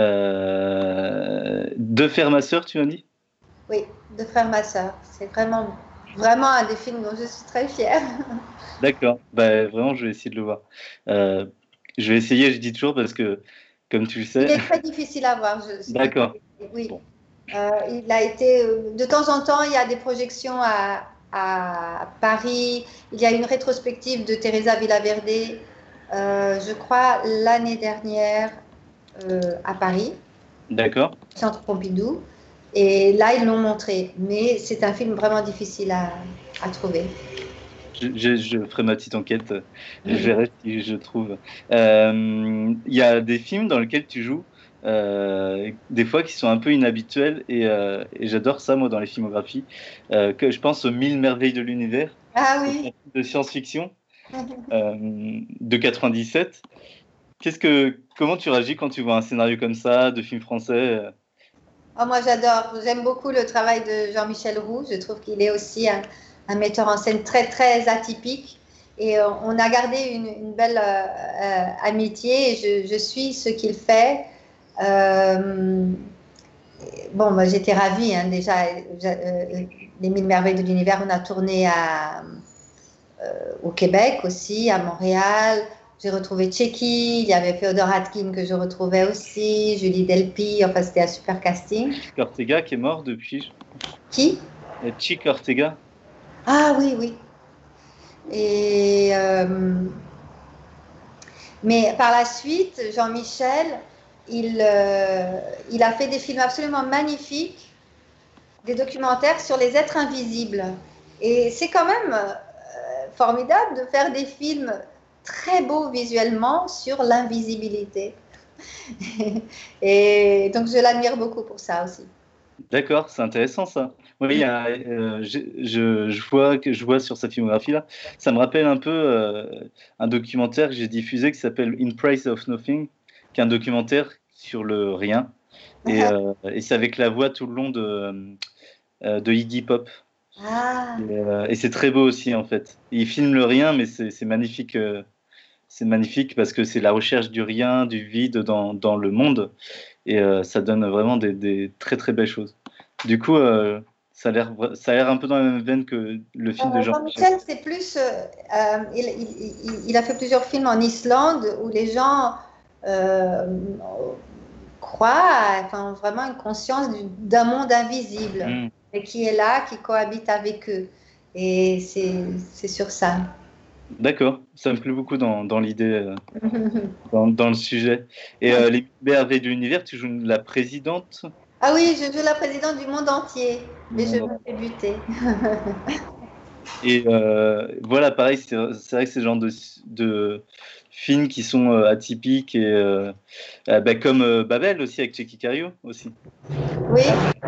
Euh, De faire ma sœur, tu m'as dit? Oui, de frère ma sœur. C'est vraiment, vraiment un des films dont je suis très fière. D'accord. Bah, vraiment, je vais essayer de le voir. Euh, je vais essayer, je dis toujours, parce que, comme tu le Il sais. est très difficile à voir. Je, je, D'accord. oui, Bon. euh, il a été. De temps en temps, il y a des projections à, à Paris. Il y a une rétrospective de Teresa Villaverde, euh, je crois, l'année dernière euh, à Paris, D'accord. Centre Pompidou. Et là, ils l'ont montré. Mais c'est un film vraiment difficile à, à trouver. Je, je- je ferai ma petite enquête. Je verrai si je trouve. Euh, Il y a des films dans lesquels tu joues, euh, des fois qui sont un peu inhabituels, et, euh, et j'adore ça, moi, dans les filmographies. Euh, que je pense aux Mille merveilles de l'univers, Ah qui est un oui. film de science-fiction euh, de quatre-vingt-dix-sept. Qu'est-ce que, comment tu réagis quand tu vois un scénario comme ça, de film français? euh Oh, moi, j'adore. J'aime beaucoup le travail de Jean-Michel Roux. Je trouve qu'il est aussi un, un metteur en scène très, très atypique. Et euh, on a gardé une, une belle euh, euh, amitié. Et je, je suis ce qu'il fait. Euh, bon, moi, j'étais ravie, hein, déjà. Euh, Les Mille Merveilles de l'Univers, on a tourné à, euh, au Québec aussi, à Montréal. J'ai retrouvé Tchéky, il y avait Féodor Atkin que je retrouvais aussi, Julie Delpy, enfin c'était un super casting. Chick Ortega qui est mort depuis. Qui? Et Chick Ortega. Ah oui, oui. Et, euh, mais par la suite, Jean-Michel, il, euh, il a fait des films absolument magnifiques, des documentaires sur les êtres invisibles. Et c'est quand même euh, formidable de faire des films très beaux visuellement sur l'invisibilité. Et donc je l'admire beaucoup pour ça aussi. D'accord, c'est intéressant ça. Oui, il y a, euh, je, je, je vois que je vois sur sa filmographie là, ça me rappelle un peu euh, un documentaire que j'ai diffusé qui s'appelle In Price of Nothing, qui est un documentaire sur le rien, et, euh, et c'est avec la voix tout le long de, euh, de Iggy Pop. Ah, Et, euh, et c'est très beau aussi en fait. Il filme le rien, mais c'est c'est magnifique. euh, c'est magnifique parce que c'est la recherche du rien, du vide dans, dans le monde, et euh, ça donne vraiment des, des très très belles choses. Du coup, euh, ça a l'air ça a l'air un peu dans la même veine que le film de Euh, Jean-Michel. Jean-Michel, c'est plus. euh, euh, il, il- il- il a fait plusieurs films en Islande où les gens euh, croient, enfin, ont vraiment une conscience du- d'un monde invisible Hmm. et qui est là, qui cohabite avec eux. Et c'est c'est sur ça. D'accord, ça me plaît beaucoup dans, dans l'idée, euh, dans, dans le sujet. Et euh, les merveilles de l'univers, tu joues la présidente Ah oui, je joue la présidente du monde entier, du mais je monde. me fais buter. Et euh, voilà, pareil, c'est c'est vrai que c'est le genre de, de films qui sont euh, atypiques et euh, euh, bah, comme euh, Babel aussi avec Cheikh Cario aussi. Oui.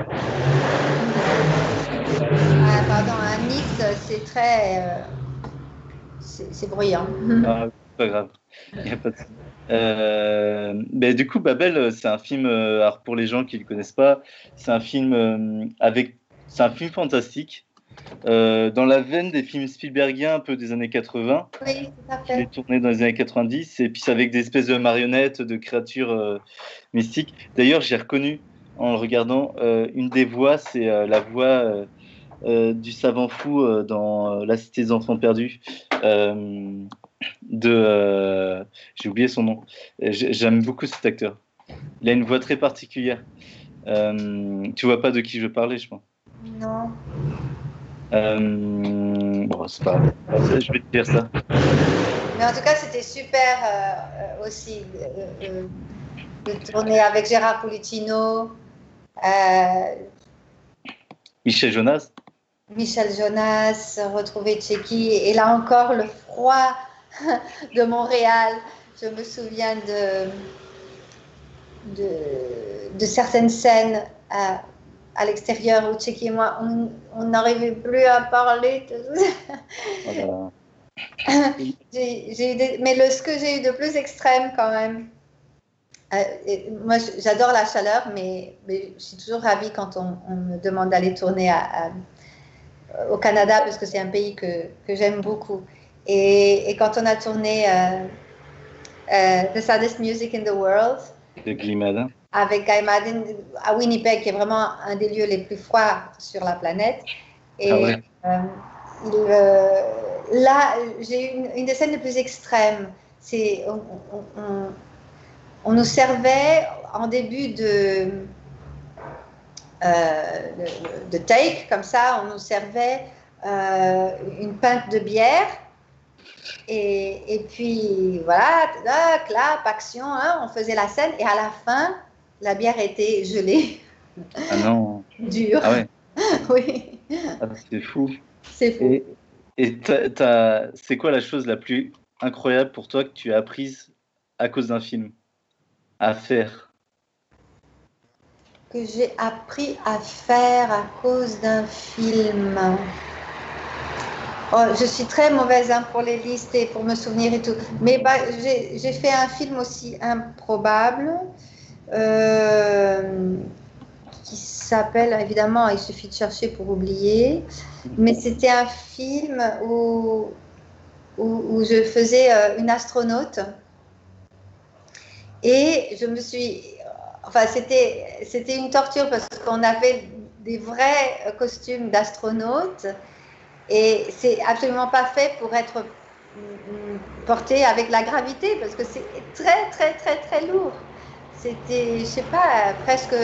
Ah, pardon, à Nice, c'est très. euh, c'est c'est bruyant. Ah, c'est pas grave, il y a pas de souci. Euh, mais du coup, Babel, euh, c'est un film. euh, alors pour les gens qui le connaissent pas, c'est un film euh, avec, c'est un film fantastique euh, dans la veine des films Spielbergiens un peu des années quatre-vingts. Oui, tout à Il fait. est tourné dans les années quatre-vingt-dix et puis c'est avec des espèces de marionnettes, de créatures euh, mystiques. D'ailleurs, j'ai reconnu en le regardant euh, une des voix, c'est euh, la voix euh, euh, du savant fou euh, dans euh, La Cité des Enfants Perdus. Euh, de, euh, j'ai oublié son nom. J'ai- J'aime beaucoup cet acteur. Il a une voix très particulière. Euh, tu vois pas de qui je parlais, je pense. Non. Euh, bon, c'est pas grave. Je vais te dire ça. Mais en tout cas, c'était super euh, euh, aussi euh, euh, de tourner avec Gérard Policino, euh, Michel Jonas. Michel Jonas, retrouver Tchéky. Et là encore, le froid de Montréal. Je me souviens de, de, de certaines scènes à, à l'extérieur où Tchéky et moi, on n'arrivait plus à parler. Oh là là. J'ai, j'ai eu des- mais le, ce que j'ai eu de plus extrême quand même, euh, et moi j'adore la chaleur, mais, mais je suis toujours ravie quand on, on me demande d'aller tourner à, à, au Canada parce que c'est un pays que, que j'aime beaucoup. Et, et, quand on a tourné euh, euh, The Saddest Music in the World De Glimada. avec Guy Maddin à Winnipeg, qui est vraiment un des lieux les plus froids sur la planète. Ah Et ouais. euh, il, euh, là, j'ai eu une, une des scènes les plus extrêmes. C'est, on, on, on, on nous servait en début de, euh, de, de take, comme ça, on nous servait euh, une pinte de bière. Et, et puis voilà, là, clap, action, hein, on faisait la scène et à la fin, la bière était gelée, Ah non. dure. Ah ouais. Oui, Ah, c'est fou. c'est fou. Et, et t'as- t'as- c'est quoi la chose la plus incroyable pour toi que tu as apprise à cause d'un film à faire? Que j'ai appris à faire à cause d'un film. Oh, je suis très mauvaise hein, pour les listes et pour me souvenir et tout. Mais bah, j'ai, j'ai fait un film aussi improbable euh, qui s'appelle, évidemment, il suffit de chercher pour oublier. Mais c'était un film où, où, où je faisais euh, une astronaute. Et je me suis... Enfin, c'était, c'était une torture parce qu'on avait des vrais costumes d'astronaute. Et c'est absolument pas fait pour être porté avec la gravité parce que c'est très très très très lourd. C'était, je sais pas, presque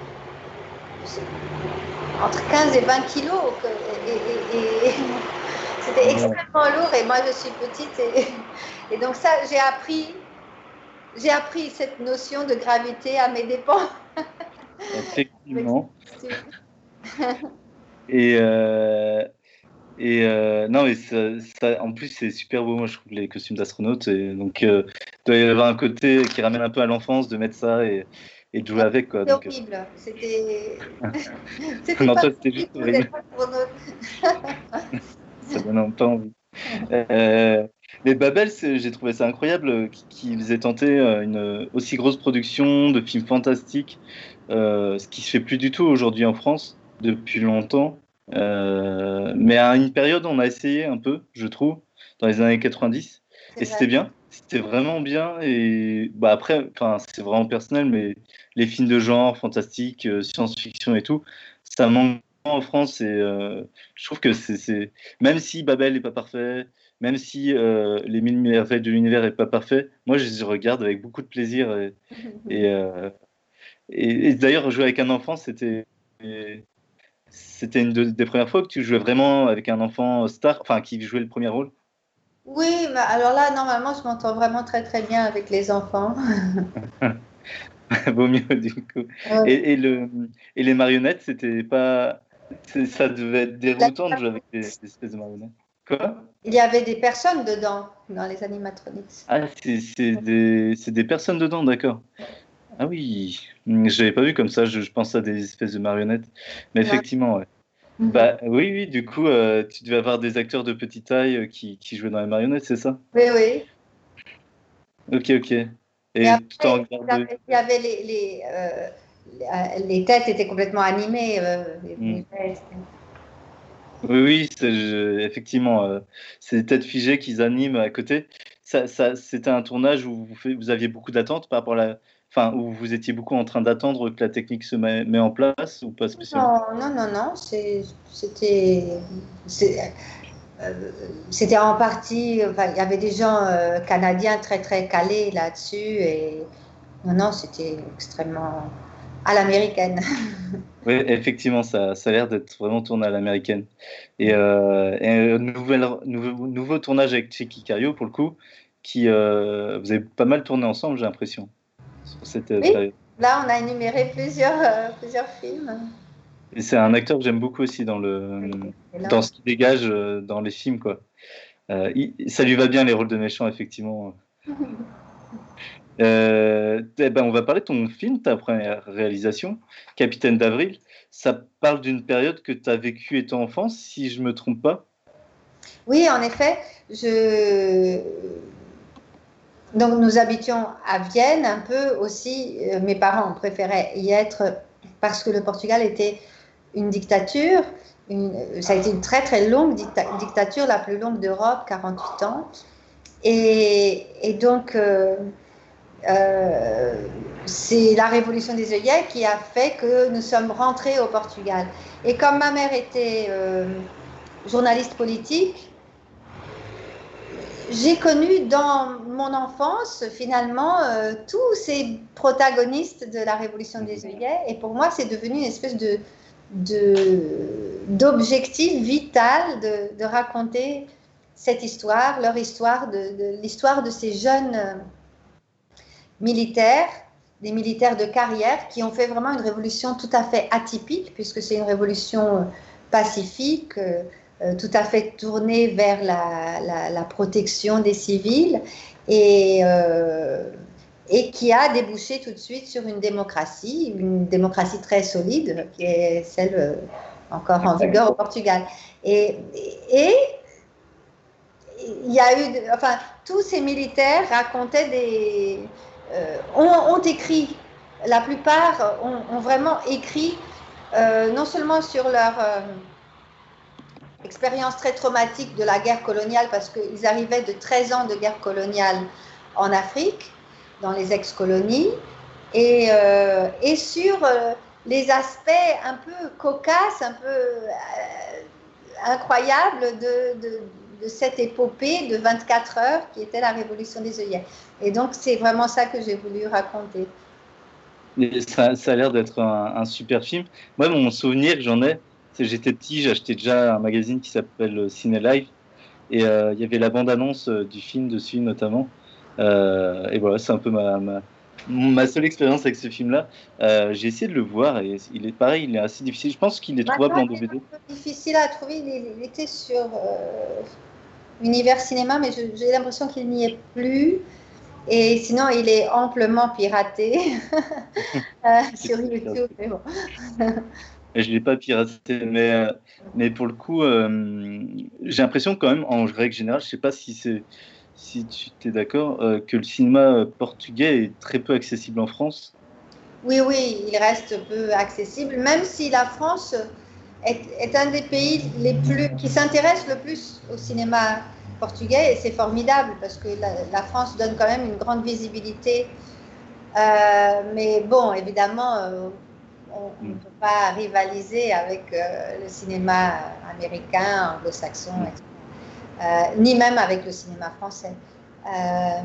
entre quinze et vingt kilos. Et, et, et c'était extrêmement lourd et moi je suis petite et, et donc ça j'ai appris, j'ai appris cette notion de gravité à mes dépens. Effectivement. et euh, et euh, non mais ça, ça, en plus c'est super beau, moi je trouve les costumes d'astronautes et donc euh, il doit y avoir un côté qui ramène un peu à l'enfance de mettre ça et, et de jouer avec quoi. C'était Donc, horrible, c'était non, pas toi c'était juste horrible. Ça donne pas envie. Euh, mais Babel, j'ai trouvé ça incroyable qu'ils aient tenté une aussi grosse production de films fantastiques, euh, ce qui se fait plus du tout aujourd'hui en France depuis longtemps. Euh, mais à une période, on a essayé un peu, je trouve, dans les années quatre-vingt-dix, et c'était bien, c'était vraiment bien. Et bah après, enfin, c'est vraiment personnel, mais les films de genre, fantastique, euh, science-fiction et tout, ça manque en France. Et euh, je trouve que c'est, même si Babel n'est pas parfait, même si euh, les mille merveilles de l'univers n'est pas parfait, moi je les regarde avec beaucoup de plaisir. Et, et, euh, et, et d'ailleurs, jouer avec un enfant, c'était c'était une de- des premières fois que tu jouais vraiment avec un enfant star, enfin qui jouait le premier rôle. Oui, mais alors là, normalement, je m'entends vraiment très très bien avec les enfants. Vaut mieux du coup. Ouais. Et, et, le, et les marionnettes, c'était pas. Ça devait être déroutant de jouer avec des, des espèces de marionnettes. Quoi? Il y avait des personnes dedans, dans les animatronics. Ah, c'est c'est des, c'est des personnes dedans, d'accord. Ah oui, je l'avais pas vu comme ça, je, je pense à des espèces de marionnettes. Mais Ouais. effectivement, ouais. Mhm. Bah oui, oui, du coup, euh, tu devais avoir des acteurs de petite taille euh, qui, qui jouaient dans les marionnettes, c'est ça? Oui, oui. Ok, ok. Mais Et tout en après, il y regardant. avait, il y avait les, les, euh, les, les têtes étaient complètement animées. Euh, les- Hmm. les têtes. Oui, oui, c'est- je- effectivement, euh, c'est des têtes figées qu'ils animent à côté. Ça, ça, c'était un tournage où vous, fait- vous aviez beaucoup d'attentes par rapport à la. Enfin, où vous étiez beaucoup en train d'attendre que la technique se met, met en place ou pas spécialement? Non, non, non, non. c'est- C'était, c'est- euh, c'était en partie. Enfin, il y avait des gens euh, canadiens très très calés là-dessus et non, non, c'était extrêmement à l'américaine. Oui, effectivement, ça, ça a l'air d'être vraiment tourné à l'américaine. Et, euh, et un nouvel, nouveau, nouveau tournage avec Chicky Cario, pour le coup, qui, euh, vous avez pas mal tourné ensemble, j'ai l'impression, sur cette euh, Oui, période. là, on a énuméré plusieurs, euh, plusieurs films. Et c'est un acteur que j'aime beaucoup aussi dans le, dans Excellent. ce qu'il dégage euh, dans les films, quoi. Euh, il- ça lui va bien, les rôles de méchants, effectivement. Euh, eh ben, on va parler de ton film, ta première réalisation, Capitaine d'Avril. Ça parle d'une période que tu as vécue étant enfant, si je me trompe pas. Oui, en effet, je... Donc, nous habitions à Vienne un peu aussi. Euh, mes parents préféraient y être parce que le Portugal était une dictature. Une... Ça a été une très très longue dicta... dictature, la plus longue d'Europe, quarante-huit ans. Et, et donc, euh, euh, c'est la révolution des œillets qui a fait que nous sommes rentrés au Portugal. Et comme ma mère était euh, journaliste politique, j'ai connu dans mon enfance finalement euh, tous ces protagonistes de la révolution des œillets et pour moi c'est devenu une espèce de, de d'objectif vital de, de, raconter cette histoire, leur histoire, de, de l'histoire de ces jeunes euh, militaires, des militaires de carrière qui ont fait vraiment une révolution tout à fait atypique puisque c'est une révolution pacifique, euh, tout à fait tournée vers la, la, la protection des civils et, euh, et qui a débouché tout de suite sur une démocratie, une démocratie très solide qui est celle euh, encore en vigueur au Portugal. Et, et, et il y a eu, enfin, tous ces militaires racontaient des, euh, ont, ont écrit, la plupart ont, ont vraiment écrit euh, non seulement sur leur euh, expérience très traumatique de la guerre coloniale, parce qu'ils arrivaient de treize ans de guerre coloniale en Afrique, dans les ex-colonies, et, euh, et sur euh, les aspects un peu cocasses, un peu euh, incroyable de, de, de cette épopée de vingt-quatre heures qui était la Révolution des œillets. Et donc, c'est vraiment ça que j'ai voulu raconter. Et ça, ça a l'air d'être un, un super film. Moi, mon souvenir que j'en ai, c'est que j'étais petit, j'achetais déjà un magazine qui s'appelle Ciné Live. Et euh, il y avait la bande-annonce euh, du film dessus, notamment. Euh, et voilà, c'est un peu ma, ma, ma seule expérience avec ce film-là. Euh, j'ai essayé de le voir et il est pareil, il est assez difficile. Je pense qu'il est trouvable en D V D. C'est un peu difficile à trouver. Il, il était sur euh, Univers Cinéma, mais j'ai l'impression qu'il n'y est plus. Et sinon, il est amplement piraté euh, sur YouTube. Mais bon. Et je ne l'ai pas piraté, mais, mais pour le coup, euh, j'ai l'impression quand même, en règle générale, je ne sais pas si, c'est, si tu es d'accord, euh, que le cinéma portugais est très peu accessible en France. Oui, oui, il reste peu accessible, même si la France est, est un des pays les plus, qui s'intéresse le plus au cinéma portugais, et c'est formidable parce que la, la France donne quand même une grande visibilité. Euh, mais bon, évidemment, euh, on ne peut pas rivaliser avec euh, le cinéma américain, anglo-saxon, euh, ni même avec le cinéma français. Euh,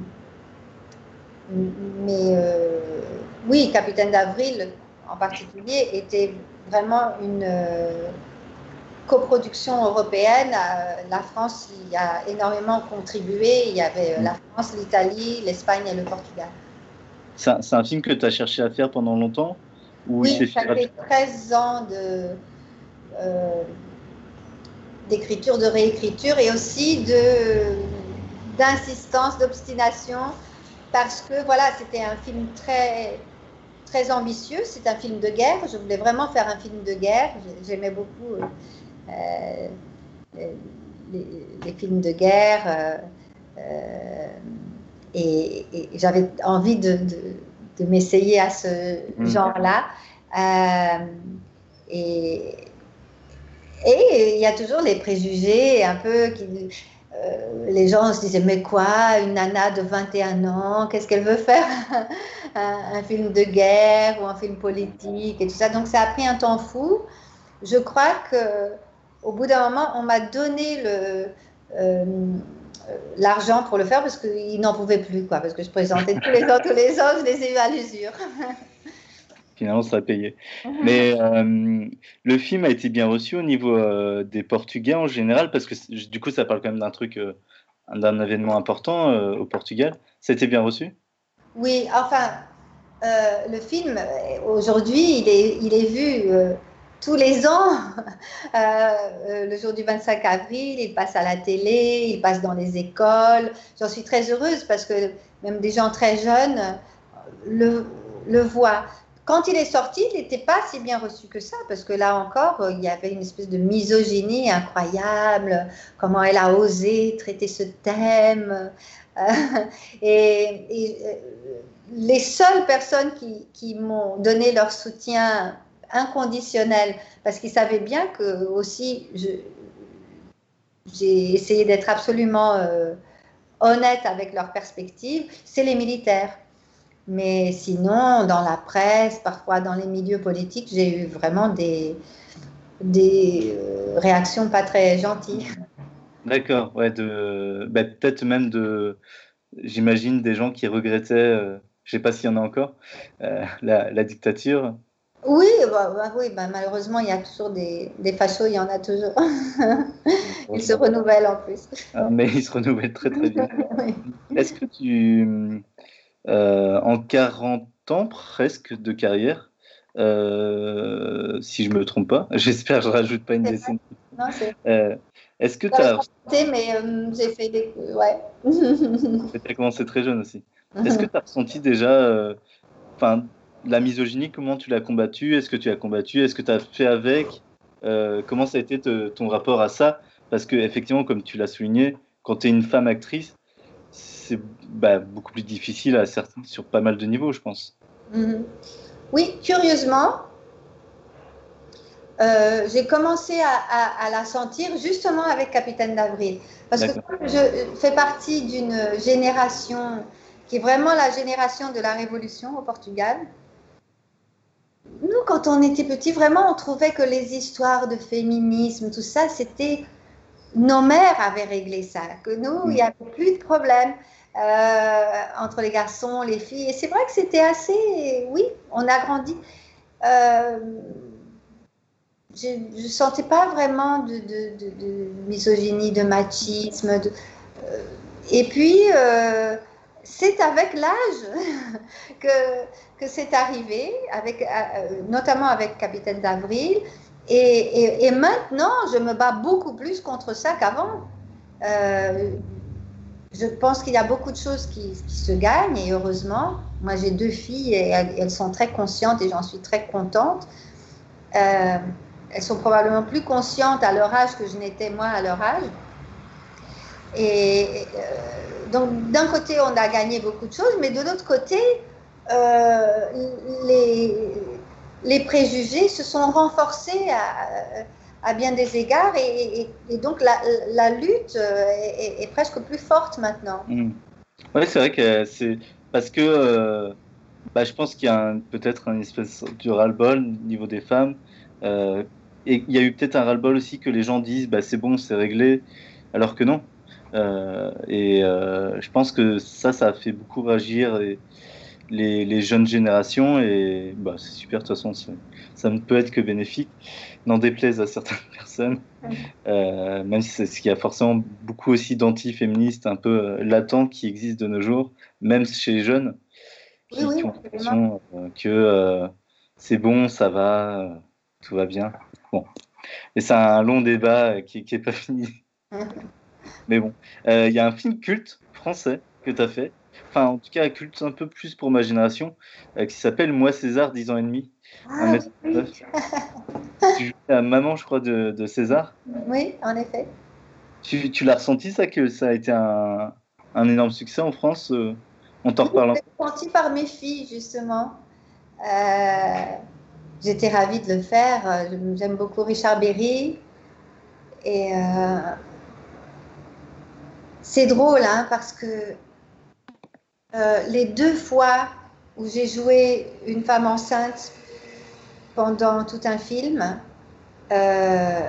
mais euh, oui, Capitaine d'Avril en particulier était vraiment une euh, coproduction européenne. Euh, la France y a énormément contribué. Il y avait euh, la France, l'Italie, l'Espagne et le Portugal. C'est un, c'est un film que tu as cherché à faire pendant longtemps ou Oui, ça fait treize ans de, euh, d'écriture, de réécriture et aussi de, d'insistance, d'obstination, parce que voilà, c'était un film très, très ambitieux, c'est un film de guerre, je voulais vraiment faire un film de guerre, j'aimais beaucoup euh, les, les films de guerre euh, euh, et, et j'avais envie de, de, de m'essayer à ce mmh. genre-là. Euh, et, et il y a toujours les préjugés un peu qui... Euh, les gens se disaient mais quoi, une nana de vingt et un ans, qu'est-ce qu'elle veut faire un, un film de guerre ou un film politique et tout ça. Donc ça a pris un temps fou. Je crois qu'au bout d'un moment, on m'a donné le, euh, l'argent pour le faire parce qu'ils n'en pouvaient plus, quoi, parce que je présentais tous les ans, tous les ans, je les ai eu à l'usure. Finalement, ça a payé. Mais euh, le film a été bien reçu au niveau euh, des Portugais en général, parce que du coup, ça parle quand même d'un truc, euh, d'un événement important euh, au Portugal. Ça a été bien reçu? Oui, enfin, euh, le film, aujourd'hui, il est, il est vu euh, tous les ans. Euh, le jour du vingt-cinq avril, il passe à la télé, il passe dans les écoles. J'en suis très heureuse parce que même des gens très jeunes le, le voient. Quand il est sorti, il n'était pas si bien reçu que ça, parce que là encore, il y avait une espèce de misogynie incroyable, comment elle a osé traiter ce thème. et, et les seules personnes qui, qui m'ont donné leur soutien inconditionnel, parce qu'ils savaient bien que aussi, je, j'ai essayé d'être absolument euh, honnête avec leurs perspectives, c'est les militaires. Mais sinon, dans la presse, parfois dans les milieux politiques, j'ai eu vraiment des, des euh, réactions pas très gentilles. D'accord, ouais, de, bah, peut-être même de, j'imagine, des gens qui regrettaient, euh, je ne sais pas s'il y en a encore, euh, la, la dictature. Oui, bah, bah, oui bah, malheureusement, il y a toujours des, des fachos, il y en a toujours. Ils se renouvellent en plus. Ah, mais ils se renouvellent très très vite. Oui. Est-ce que tu... Euh, en quarante ans presque de carrière, euh, si je me trompe pas, j'espère que je rajoute pas une décennie. Non, c'est... Euh, est-ce que tu as... Mais euh, j'ai fait des... Ouais. Tu as commencé très jeune aussi. Est-ce que tu as ressenti déjà... Enfin, euh, la misogynie, comment tu l'as combattue? Est-ce que tu l'as combattue? Est-ce que tu as fait avec? euh, Comment ça a été te, ton rapport à ça? Parce que effectivement, comme tu l'as souligné, quand tu es une femme actrice, c'est bah, beaucoup plus difficile à certains, sur pas mal de niveaux, je pense. Mmh. Oui, curieusement, euh, j'ai commencé à, à, à la sentir justement avec Capitaine d'Avril. Parce que je fais partie d'une génération qui est vraiment la génération de la Révolution au Portugal. Nous, quand on était petit, vraiment, on trouvait que les histoires de féminisme, tout ça, c'était... Nos mères avaient réglé ça, que nous, il n'y avait plus de problème euh, entre les garçons, les filles. Et c'est vrai que c'était assez... Oui, on a grandi. Euh, je ne sentais pas vraiment de, de, de, de misogynie, de machisme. De, euh, et puis, euh, c'est avec l'âge que, que c'est arrivé, avec, euh, notamment avec Capitaine d'Avril. Et, et, et maintenant, je me bats beaucoup plus contre ça qu'avant. Euh, je pense qu'il y a beaucoup de choses qui, qui se gagnent, et heureusement. Moi, j'ai deux filles et elles, elles sont très conscientes et j'en suis très contente. Euh, elles sont probablement plus conscientes à leur âge que je n'étais moi à leur âge. Et euh, donc, d'un côté, on a gagné beaucoup de choses, mais de l'autre côté, euh, les, les préjugés se sont renforcés à, à bien des égards, et, et, et donc la, la lutte est, est, est presque plus forte maintenant. Mmh. Oui, c'est vrai que c'est parce que euh, bah, je pense qu'il y a peut-être un espèce de ras-le-bol au niveau des femmes. Euh, et il y a eu peut-être un ras-le-bol aussi que les gens disent bah, c'est bon, c'est réglé, alors que non. Euh, et euh, je pense que ça, ça a fait beaucoup réagir les, les, les jeunes générations. Et bah, c'est super, de toute façon, ça ne peut être que bénéfique, n'en déplaise à certaines personnes. Euh, même si c'est ce qu'il y a forcément beaucoup aussi d'anti-féministes un peu euh, latents qui existent de nos jours, même chez les jeunes, qui, Oui, oui, qui ont l'impression euh, que euh, c'est bon, ça va, euh, tout va bien. Bon, et c'est un long débat euh, qui n'est pas fini. Mais bon, euh, il y a un film culte français que tu as fait, enfin en tout cas culte un peu plus pour ma génération, euh, qui s'appelle Moi César, dix ans et demi. Ah oui, Tu joues la maman, je crois, de, de César. oui, en effet. Tu, tu l'as ressenti, ça, que ça a été un, un énorme succès en France euh, On t'en Oui, reparle je un l'ai senti par mes filles, justement. Euh, j'étais ravie de le faire. J'aime beaucoup Richard Berry. Et euh, c'est drôle, hein, parce que euh, les deux fois où j'ai joué une femme enceinte pendant tout un film, euh,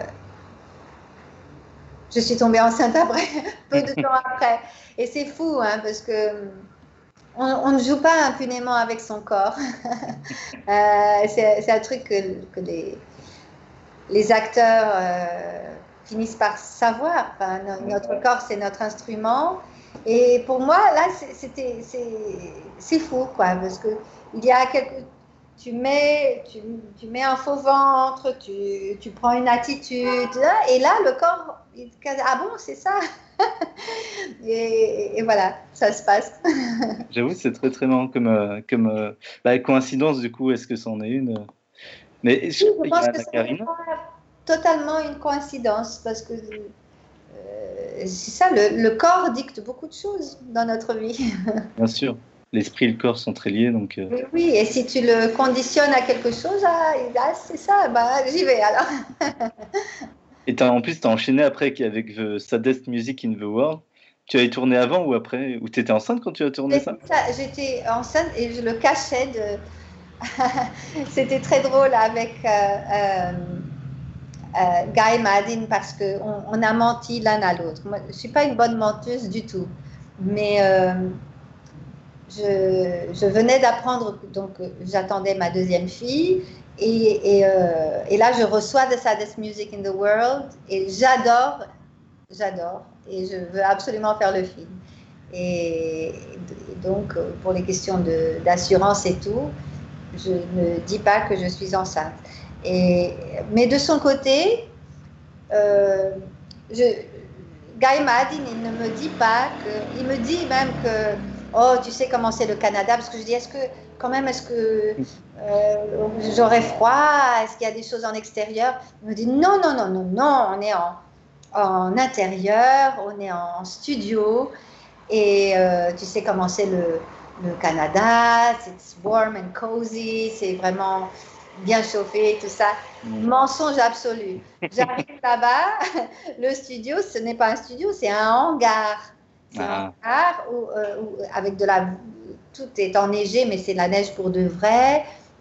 je suis tombée enceinte après, peu de temps après. Et c'est fou, hein, parce que on, on ne joue pas impunément avec son corps. euh, c'est, c'est un truc que, que les, les acteurs euh, finissent par savoir. Enfin, no, notre corps, c'est notre instrument. Et pour moi, là, c'était, c'est, c'est fou, quoi, parce que il y a quelque, tu mets, tu, tu mets un faux ventre, tu, tu prends une attitude, et là, le corps, il, ah bon, c'est ça. et, et voilà, ça se passe. J'avoue, c'est très très marrant comme, euh, comme euh, bah, coïncidence, du coup, est-ce que c'en est une euh Mais je, Oui, je il y pense a que Anna c'est Karina. totalement une coïncidence, parce que Euh, c'est ça, le, le corps dicte beaucoup de choses dans notre vie. Bien sûr, l'esprit et le corps sont très liés, donc... euh, Oui, oui, et si tu le conditionnes à quelque chose, ah, ah, c'est ça, bah, j'y vais alors. Et t'as, en plus, tu as enchaîné après avec The Saddest Music in the World. Tu avais tourné avant ou après? Ou tu étais enceinte quand tu as tourné ça? J'étais enceinte et je le cachais. De... C'était très drôle avec euh, euh, euh, Guy Maddin parce qu'on on a menti l'un à l'autre. Moi, je ne suis pas une bonne menteuse du tout, mais euh, je, je venais d'apprendre, donc j'attendais ma deuxième fille. Et, et, euh, et là, je reçois The Saddest Music in the World et j'adore, j'adore, et je veux absolument faire le film. Et, et donc, pour les questions de, d'assurance et tout, je ne dis pas que je suis enceinte. Et, mais de son côté, euh, je, Guy Maddin, il ne me dit pas que, il me dit même que, oh, tu sais comment c'est le Canada, parce que je dis, est-ce que, quand même, est-ce que euh, j'aurais froid, est-ce qu'il y a des choses en extérieur? Il me dit, non, non, non, non, non, on est en, en intérieur, on est en studio, et euh, tu sais comment c'est le, le Canada, c'est warm and cozy, c'est vraiment bien chauffé, tout ça. Mmh. Mensonge absolu. J'arrive là-bas, le studio, ce n'est pas un studio, c'est un hangar. C'est ah. un hangar où, euh, où, avec de la... Tout est enneigé, mais c'est de la neige pour de vrai.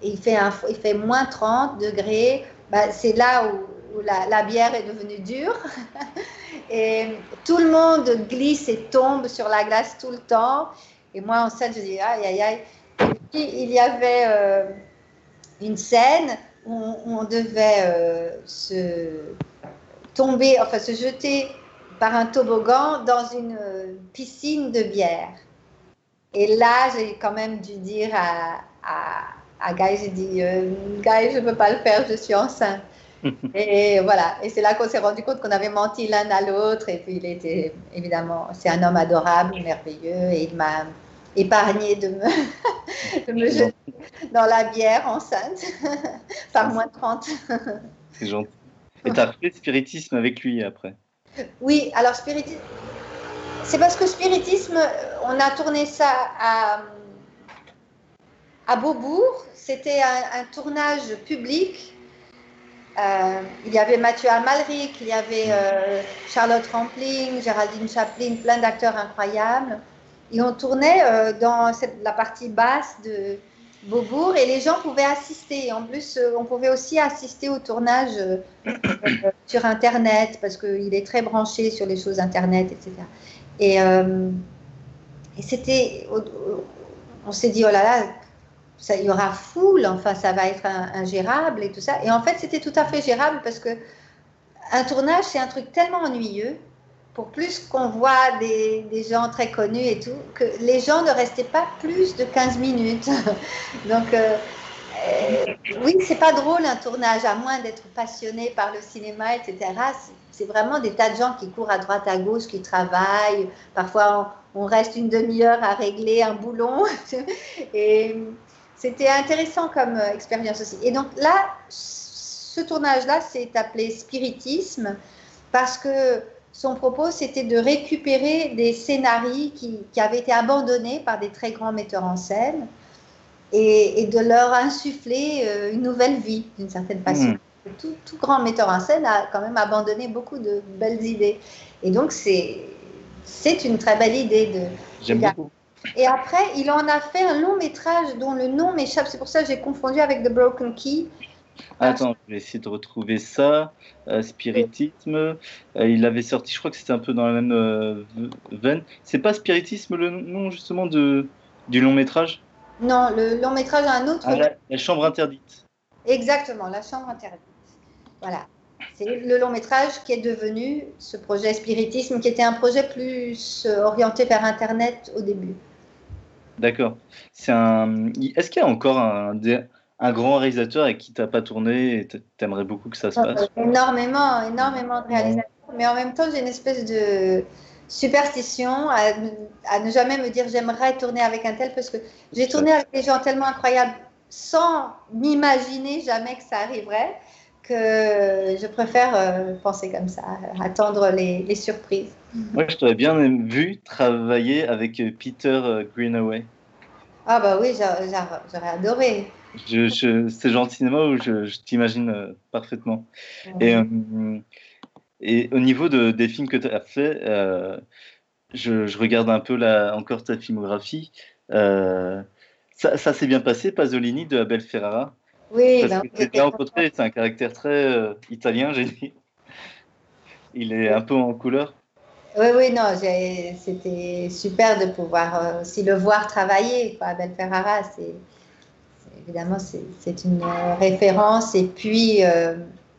et il fait, un, il fait moins trente degrés. Ben, c'est là où, où la, la bière est devenue dure. Et tout le monde glisse et tombe sur la glace tout le temps. Et moi, en scène, je dis aïe, aïe, aïe. Et puis, il y avait euh, une scène où on, où on devait euh, se tomber, enfin se jeter par un toboggan dans une euh, piscine de bière. Et là, j'ai quand même dû dire à, à, à Guy, j'ai dit, euh, Guy, je ne peux pas le faire, je suis enceinte. Et voilà, et c'est là qu'on s'est rendu compte qu'on avait menti l'un à l'autre. Et puis il était, évidemment, c'est un homme adorable, merveilleux, et il m'a épargné de me, de me jeter dans la bière enceinte par moins trente. C'est gentil. Et tu as fait spiritisme avec lui après? Oui, alors spiritisme, c'est parce que spiritisme, on a tourné ça à, à Beaubourg. C'était un, un tournage public. Euh, il y avait Mathieu Amalric, il y avait euh, Charlotte Rampling, Géraldine Chaplin, plein d'acteurs incroyables. Et on tournait euh, dans cette, la partie basse de Beaubourg et les gens pouvaient assister. En plus, euh, on pouvait aussi assister au tournage euh, euh, sur Internet parce qu'il est très branché sur les choses Internet, et cetera. Et, euh, et c'était, on s'est dit, oh là là, ça, il y aura foule, enfin ça va être un, ingérable et tout ça. Et en fait, c'était tout à fait gérable parce que un tournage, c'est un truc tellement ennuyeux, pour plus qu'on voit des, des gens très connus et tout, que les gens ne restaient pas plus de quinze minutes. Donc, euh, euh, oui, c'est pas drôle un tournage, à moins d'être passionné par le cinéma, et cetera. C'est vraiment des tas de gens qui courent à droite, à gauche, qui travaillent. Parfois, on, on reste une demi-heure à régler un boulon. Et c'était intéressant comme expérience aussi. Et donc là, ce tournage-là s'est appelé Spiritisme parce que son propos, c'était de récupérer des scénarios qui, qui avaient été abandonnés par des très grands metteurs en scène et, et de leur insuffler euh, une nouvelle vie, d'une certaine façon. Mmh. Tout, tout grand metteur en scène a quand même abandonné beaucoup de belles idées. Et donc, c'est, c'est une très belle idée de... J'aime de... beaucoup. Et après, il en a fait un long métrage dont le nom m'échappe. C'est pour ça que j'ai confondu avec The Broken Key. Attends, je vais essayer de retrouver ça. Euh, spiritisme. Euh, il avait sorti, je crois que c'était un peu dans la même euh, veine. C'est pas Spiritisme le nom justement de, du long métrage? Non, le long métrage a un autre. Ah, la, la chambre interdite. Exactement, la chambre interdite. Voilà. C'est le long métrage qui est devenu ce projet Spiritisme, qui était un projet plus orienté vers Internet au début. D'accord. C'est un. Est-ce qu'il y a encore un, un grand réalisateur avec qui tu n'as pas tourné et tu aimerais beaucoup que ça se passe? Énormément, énormément de réalisateurs. Mais en même temps, j'ai une espèce de superstition à, à ne jamais me dire j'aimerais tourner avec un tel parce que j'ai tourné avec des gens tellement incroyables sans m'imaginer jamais que ça arriverait que je préfère euh, penser comme ça, attendre les, les surprises. Moi, je t'aurais bien vu travailler avec Peter Greenaway. Ah bah oui, j'aurais adoré. Je, je, c'est le genre de cinéma où je, je t'imagine euh, parfaitement. Ouais. Et, euh, et au niveau de, des films que tu as fait, euh, je, je regarde un peu la, encore ta filmographie. Euh, ça, ça s'est bien passé, Pasolini de Abel Ferrara? Oui, parce ben, que tu l'as rencontré, c'est un caractère très euh, italien, j'ai dit. Il est un peu en couleur. Oui, oui, non, c'était super de pouvoir aussi le voir travailler. Quoi. Abel Ferrara, c'est évidemment, c'est une référence. Et puis, euh,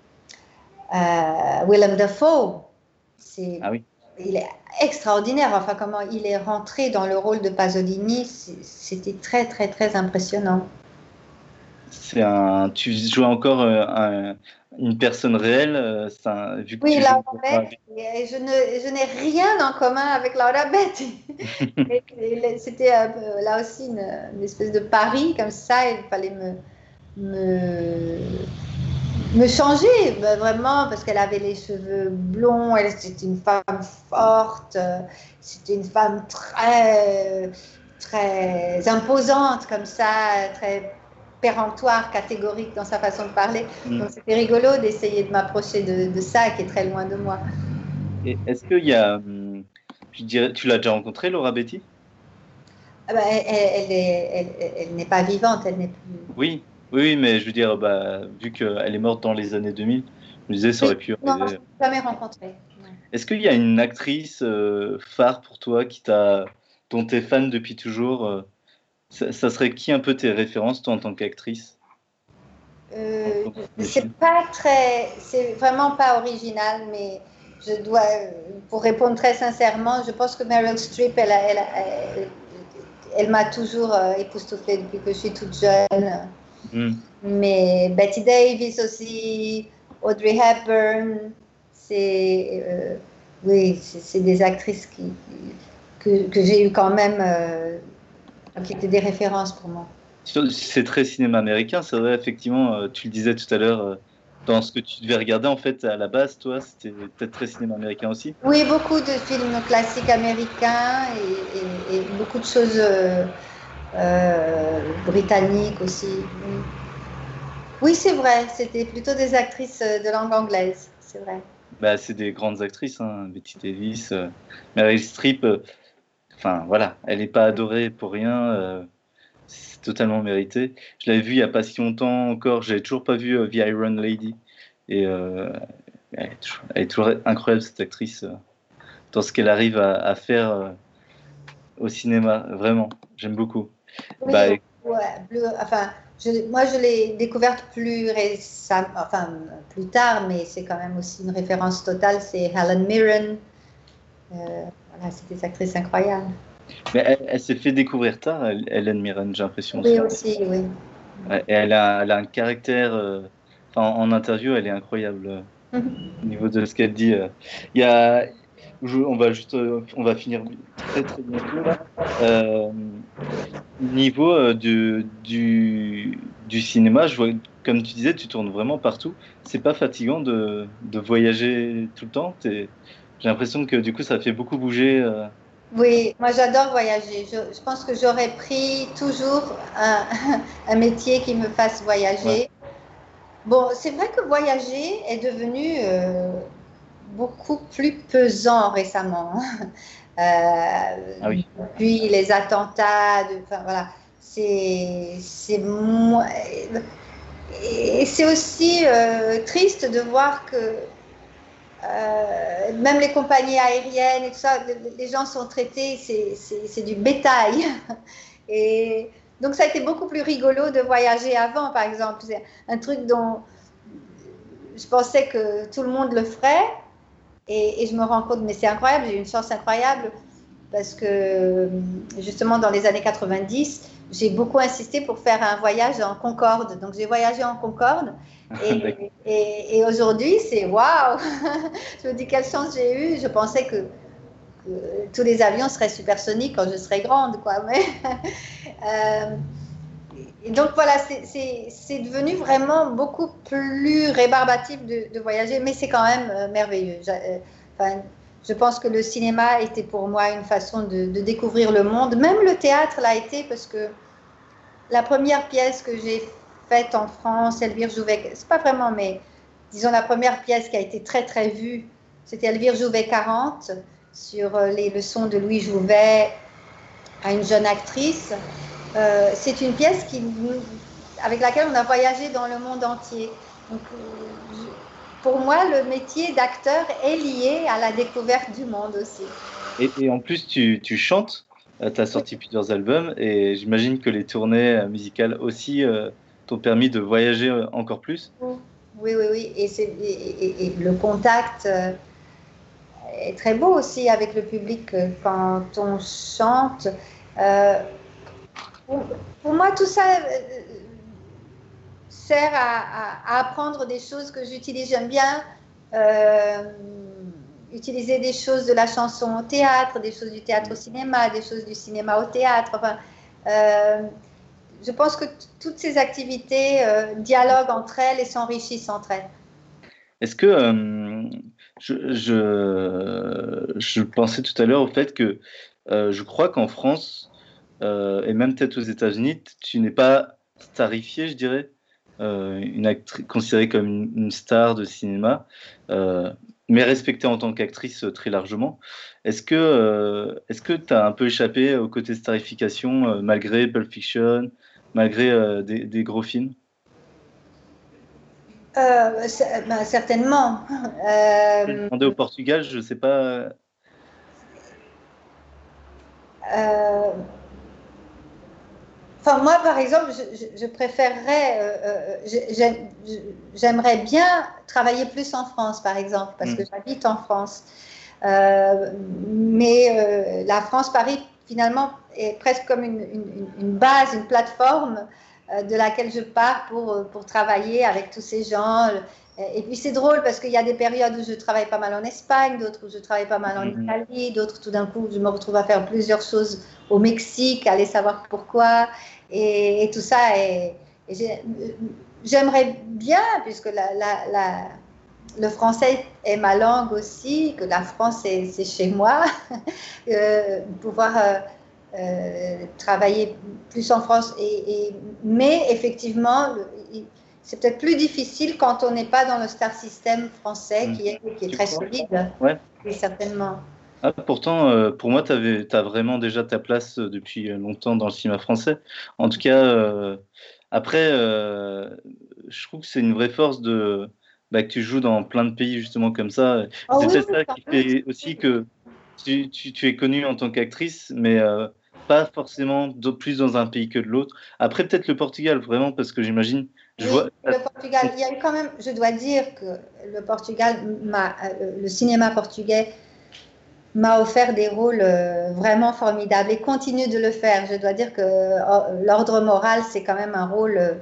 euh, Willem Dafoe, ah oui. il est extraordinaire. Enfin, comment il est rentré dans le rôle de Pasolini, c'était très, très, très impressionnant. C'est un. Tu joues encore euh, un, une personne réelle, euh, un, vu que oui, tu Laura joues... Betty. Je ne, je n'ai rien en commun avec Laura Betty. C'était euh, là aussi une, une espèce de pari comme ça. Il fallait me me, me changer ben, vraiment parce qu'elle avait les cheveux blonds. Elle c'était une femme forte. C'était une femme très très imposante comme ça, très péremptoire, catégorique dans sa façon de parler. Mmh. Donc c'était rigolo d'essayer de m'approcher de, de ça qui est très loin de moi. Et est-ce qu'il y a, je dirais, tu l'as déjà rencontrée, Laura Betty? Ah ben, elle, elle, elle, elle, elle n'est pas vivante, elle n'est plus. Oui, Oui, mais je veux dire, bah, vu qu'elle est morte dans les années deux mille, je me disais, ça aurait Oui, pu non, je ne arriver. l'ai jamais rencontrée. Non. Est-ce qu'il y a une actrice euh, phare pour toi qui t'a, dont tu es fan depuis toujours euh, ça, ça serait qui un peu tes références, toi, en tant qu'actrice? En Euh, tant que premier c'est film. pas très, c'est vraiment pas original, mais je dois, pour répondre très sincèrement, je pense que Meryl Streep, elle, a- elle, a- elle, elle m'a toujours euh, époustouflée depuis que je suis toute jeune. Hmm. Mais Betty Davis aussi, Audrey Hepburn, c'est euh, oui, c'est c'est des actrices qui, que, que j'ai eu quand même, euh, qui étaient des références pour moi. C'est très cinéma américain, c'est vrai, effectivement, euh, tu le disais tout à l'heure, euh, dans ce que tu devais regarder, en fait, à la base, toi, c'était peut-être très cinéma américain aussi. Oui, beaucoup de films classiques américains et, et- et beaucoup de choses euh, euh, britanniques aussi. Oui, oui, c'est vrai, c'était plutôt des actrices euh, de langue anglaise, c'est vrai. Bah, c'est des grandes actrices, hein, Betty Davis, euh, Meryl Streep, euh, enfin, voilà, elle n'est pas adorée pour rien, euh, c'est totalement mérité. Je l'avais vu il n'y a pas si longtemps encore, j'avais toujours pas vu euh, The Iron Lady, et euh, elle est toujours, elle est toujours incroyable, cette actrice, euh, dans ce qu'elle arrive à, à faire euh, au cinéma, vraiment, j'aime beaucoup. Oui, Bah, ouais, plus- enfin, je- moi je l'ai découverte plus récemment, enfin plus tard, mais c'est quand même aussi une référence totale, c'est Helen Mirren. Euh, voilà, c'est des actrices incroyables. mais elle, elle s'est fait découvrir tard, elle- Helen Mirren, j'ai l'impression Oui, aussi. aussi, oui. Ouais, et elle a, elle a un caractère, euh, enfin, en, en interview, elle est incroyable euh, Mhm. au niveau de ce qu'elle dit. euh. Il y a, je- on va juste, euh, on va finir très très bientôt là. Euh, niveau euh, du, du, du cinéma, je vois, comme tu disais, tu tournes vraiment partout. C'est pas fatigant de, de voyager tout le temps. T'es- J'ai l'impression que du coup, ça fait beaucoup bouger. euh. Oui, moi j'adore voyager. Je, je pense que j'aurais pris toujours un, un métier qui me fasse Ouais. voyager. Bon, c'est vrai que voyager est devenu euh, beaucoup plus pesant récemment. Euh, Ah oui. Depuis les attentats, de- enfin voilà, c'est c'est moins- et c'est aussi euh, triste de voir que euh, même les compagnies aériennes et tout ça, les gens sont traités, c'est c'est- c'est du bétail. Et donc ça a été beaucoup plus rigolo de voyager avant, par exemple. C'est un truc dont je pensais que tout le monde le ferait. Et, et je me rends compte, mais c'est incroyable, j'ai eu une chance incroyable parce que justement dans les années quatre-vingt-dix, j'ai beaucoup insisté pour faire un voyage en Concorde. Donc j'ai voyagé en Concorde et, D'accord. et, et aujourd'hui c'est waouh. Je me dis quelle chance j'ai eue. Je pensais que, que, tous les avions seraient supersoniques quand je serais grande, quoi. Mais euh, et donc voilà, c'est devenu vraiment beaucoup plus rébarbatif de, de voyager, mais c'est quand même euh, merveilleux. Euh, enfin, je pense que le cinéma était pour moi une façon de, de découvrir le monde. Même le théâtre l'a été parce que la première pièce que j'ai faite en France, Elvire Jouvet, c'est pas vraiment, mais disons la première pièce qui a été très très vue, c'était Elvire Jouvet quarante sur euh, les leçons de Louis Jouvet à une jeune actrice. Euh, c'est une pièce qui, avec laquelle on a voyagé dans le monde entier. Donc, euh, pour moi, le métier d'acteur est lié à la découverte du monde aussi. Et, et en plus, tu, tu chantes, tu as Oui, sorti plusieurs albums et j'imagine que les tournées euh, musicales aussi euh, t'ont permis de voyager euh, encore plus. oui, oui, oui. Et, et, et, et le contact euh, est très beau aussi avec le public euh, quand on chante. Euh, pour, pour, moi, tout ça euh, sert à, à, à, apprendre des choses que j'utilise. J'aime bien euh, utiliser des choses de la chanson au théâtre, des choses du théâtre au cinéma, des choses du cinéma au théâtre. Enfin, euh, je pense que toutes ces activités euh, dialoguent entre elles et s'enrichissent entre elles. Est-ce que euh, je, je, je pensais tout à l'heure au fait que euh, je crois qu'en France, euh, et même peut-être aux États-Unis, t- tu n'es pas starifié, je dirais, euh, une actrice considérée comme une, une star de cinéma, euh, mais respectée en tant qu'actrice euh, très largement. Est-ce que euh, est-ce que tu as un peu échappé au côté starification euh, malgré Pulp Fiction, malgré euh, des, des gros films? Euh, ben, certainement. Euh... Demandé au Portugal, je ne sais pas. Euh... Enfin, moi, par exemple, je, je, je préférerais, euh, euh, j'aimerais bien travailler plus en France, par exemple, parce mmh. que j'habite en France. Euh, mais euh, la France-Paris, finalement, est presque comme une, une, une base, une plateforme euh, de laquelle je pars pour, pour travailler avec tous ces gens. Et puis c'est drôle parce qu'il y a des périodes où je travaille pas mal en Espagne, d'autres où je travaille pas mal en mmh. Italie, d'autres tout d'un coup je me retrouve à faire plusieurs choses au Mexique, aller savoir pourquoi. Et, et tout ça, et, et j'aimerais bien, puisque la, la, la, le français est ma langue aussi, que la France c'est chez moi, euh, pouvoir euh, euh, travailler plus en France. Et, et, mais effectivement, c'est peut-être plus difficile quand on n'est pas dans le star system français qui est, qui est très solide. Ouais. Et certainement. Ah, pourtant, euh, pour moi, tu as vraiment déjà ta place depuis longtemps dans le cinéma français. En tout cas, euh, après, euh, je trouve que c'est une vraie force de, bah, que tu joues dans plein de pays justement comme ça. Oh, c'est oui, peut-être oui, ça qui fait aussi que tu, tu, tu es connue en tant qu'actrice, mais euh, pas forcément plus dans un pays que de l'autre. Après, peut-être le Portugal, vraiment, parce que j'imagine... Oui, vois... le Portugal, il y a eu quand même, je dois dire que le Portugal, le cinéma portugais m'a offert des rôles vraiment formidables et continue de le faire. Je dois dire que l'ordre moral, c'est quand même un rôle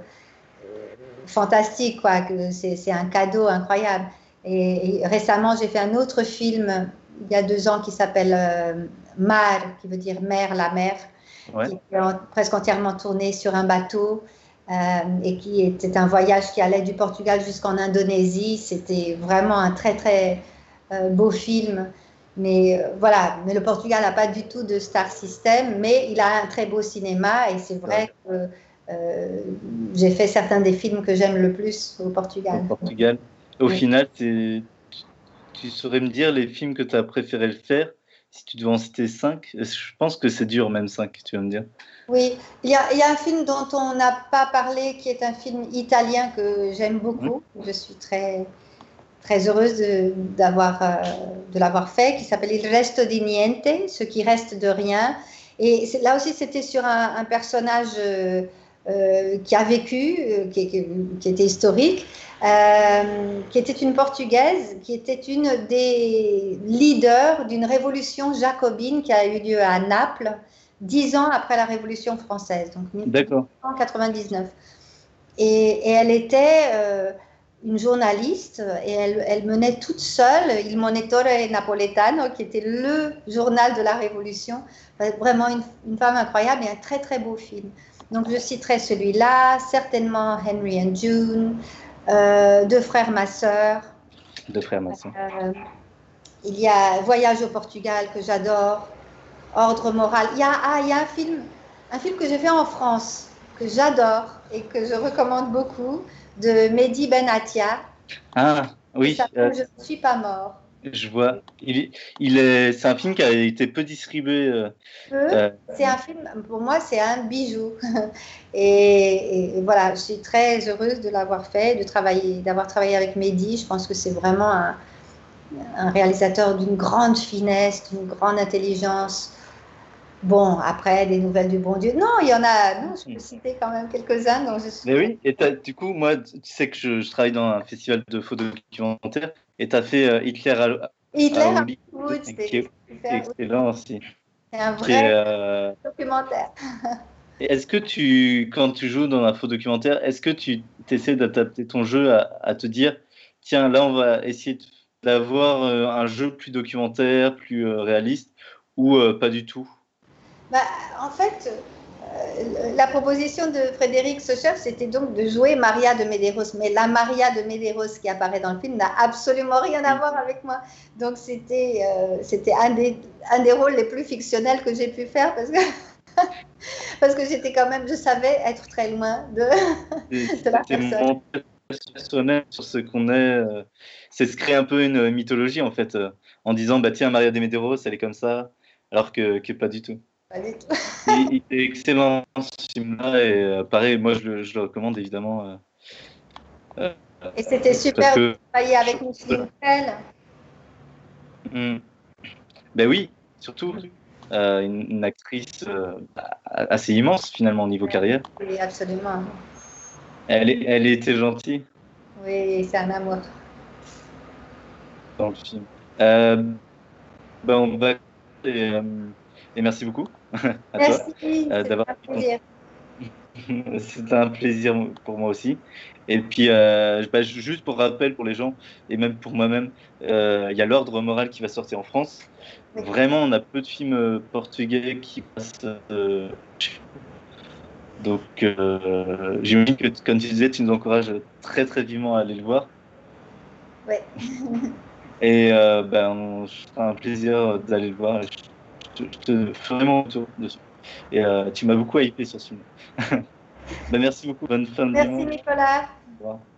fantastique, quoi. C'est un cadeau incroyable. Et, et récemment, j'ai fait un autre film, il y a deux ans, qui s'appelle euh, Mar, qui veut dire mer, la mer, ouais. qui était en, presque entièrement tourné sur un bateau euh, et qui était un voyage qui allait du Portugal jusqu'en Indonésie. C'était vraiment un très, très euh, beau film. Mais euh, voilà, mais le Portugal n'a pas du tout de star system, mais il a un très beau cinéma et c'est vrai ouais. que euh, j'ai fait certains des films que j'aime le plus au Portugal. Au Portugal. Au oui. final, tu, tu saurais me dire les films que tu as préféré le faire, si tu devais en citer cinq? Je pense que c'est dur, même cinq, tu vas me dire. Oui, il y a, il y a un film dont on n'a pas parlé, qui est un film italien que j'aime beaucoup. Mmh. Je suis très, très heureuse de, d'avoir, euh, de l'avoir fait, qui s'appelle Il resto di niente, ce qui reste de rien. Et là aussi, c'était sur un, un personnage euh, euh, qui a vécu, euh, qui, qui, qui était historique, euh, qui était une Portugaise, qui était une des leaders d'une révolution jacobine qui a eu lieu à Naples, dix ans après la Révolution française, donc mille huit cent quatre-vingt-dix-neuf. Et, et elle était euh, une journaliste et elle, elle menait toute seule Il Monitore Napoletano, qui était le journal de la Révolution. Vraiment une, une femme incroyable et un très très beau film. Donc je citerai celui-là, certainement Henry and June, euh, Deux frères, ma sœur. Deux frères, ma sœur. Euh, il y a Voyage au Portugal que j'adore, Ordre moral. Il y a, ah, il y a un film, un film que j'ai fait en France, que j'adore et que je recommande beaucoup, de Mehdi Benatia. Ah, oui. Euh, je ne suis pas mort. Je vois. Il, il est, c'est un film qui a été peu distribué. Euh, euh, c'est un film, pour moi, c'est un bijou. et, et voilà, je suis très heureuse de l'avoir fait, de travailler, d'avoir travaillé avec Mehdi. Je pense que c'est vraiment un, un réalisateur d'une grande finesse, d'une grande intelligence. Bon, après, des nouvelles du bon Dieu. Non, il y en a, non, je peux citer quand même quelques-uns. Donc je suis... Mais oui, et du coup, moi, tu sais que je, je travaille dans un festival de faux documentaires et tu as fait euh, Hitler à, Hitler à Hollywood, qui est excellent aussi. C'est un vrai euh... documentaire. Est-ce que tu, quand tu joues dans un faux documentaire, est-ce que tu essaies d'adapter ton jeu à, à te dire, tiens, là, on va essayer d'avoir euh, un jeu plus documentaire, plus euh, réaliste, ou euh, pas du tout? Bah, en fait, euh, la proposition de Frédéric Socher, c'était donc de jouer Maria de Medeiros. Mais la Maria de Medeiros qui apparaît dans le film n'a absolument rien à voir avec moi. Donc, c'était euh, c'était un des, un des rôles les plus fictionnels que j'ai pu faire parce que, parce que j'étais quand même, je savais être très loin de, de la personne. Personnel sur ce qu'on est, euh, c'est se créer un peu une mythologie en fait, euh, en disant bah tiens, Maria de Medeiros, elle est comme ça, alors que, que pas du tout. Pas du tout. il, il est excellent ce film-là et euh, pareil, moi je le, je le recommande évidemment. Euh, Et c'était super que, de travailler avec Micheline Prel. Hmm. Ben oui, surtout euh, une, une actrice euh, assez immense finalement au niveau carrière. Oui, absolument. Elle, est, elle était gentille Oui, c'est un amour. dans le film. Euh, ben on va et, euh, et merci beaucoup à toi Merci, euh, c'est d'avoir un pris ton plaisir. C'était un plaisir pour moi aussi. Et puis, euh, bah, juste pour rappel pour les gens, et même pour moi-même, euh, il y a l'Ordre moral qui va sortir en France. Oui. Vraiment, on a peu de films euh, portugais qui passent. euh, donc, euh, j'imagine que, comme tu disais, tu nous encourages très, très vivement à aller le voir. Oui. Et euh, ben, on, ce sera un plaisir d'aller le voir. Je, je te ferai mon retour dessus. Et euh, tu m'as beaucoup hypé sur ce film. Ben, merci beaucoup. Bonne fin de Merci dimanche. Nicolas. Au revoir.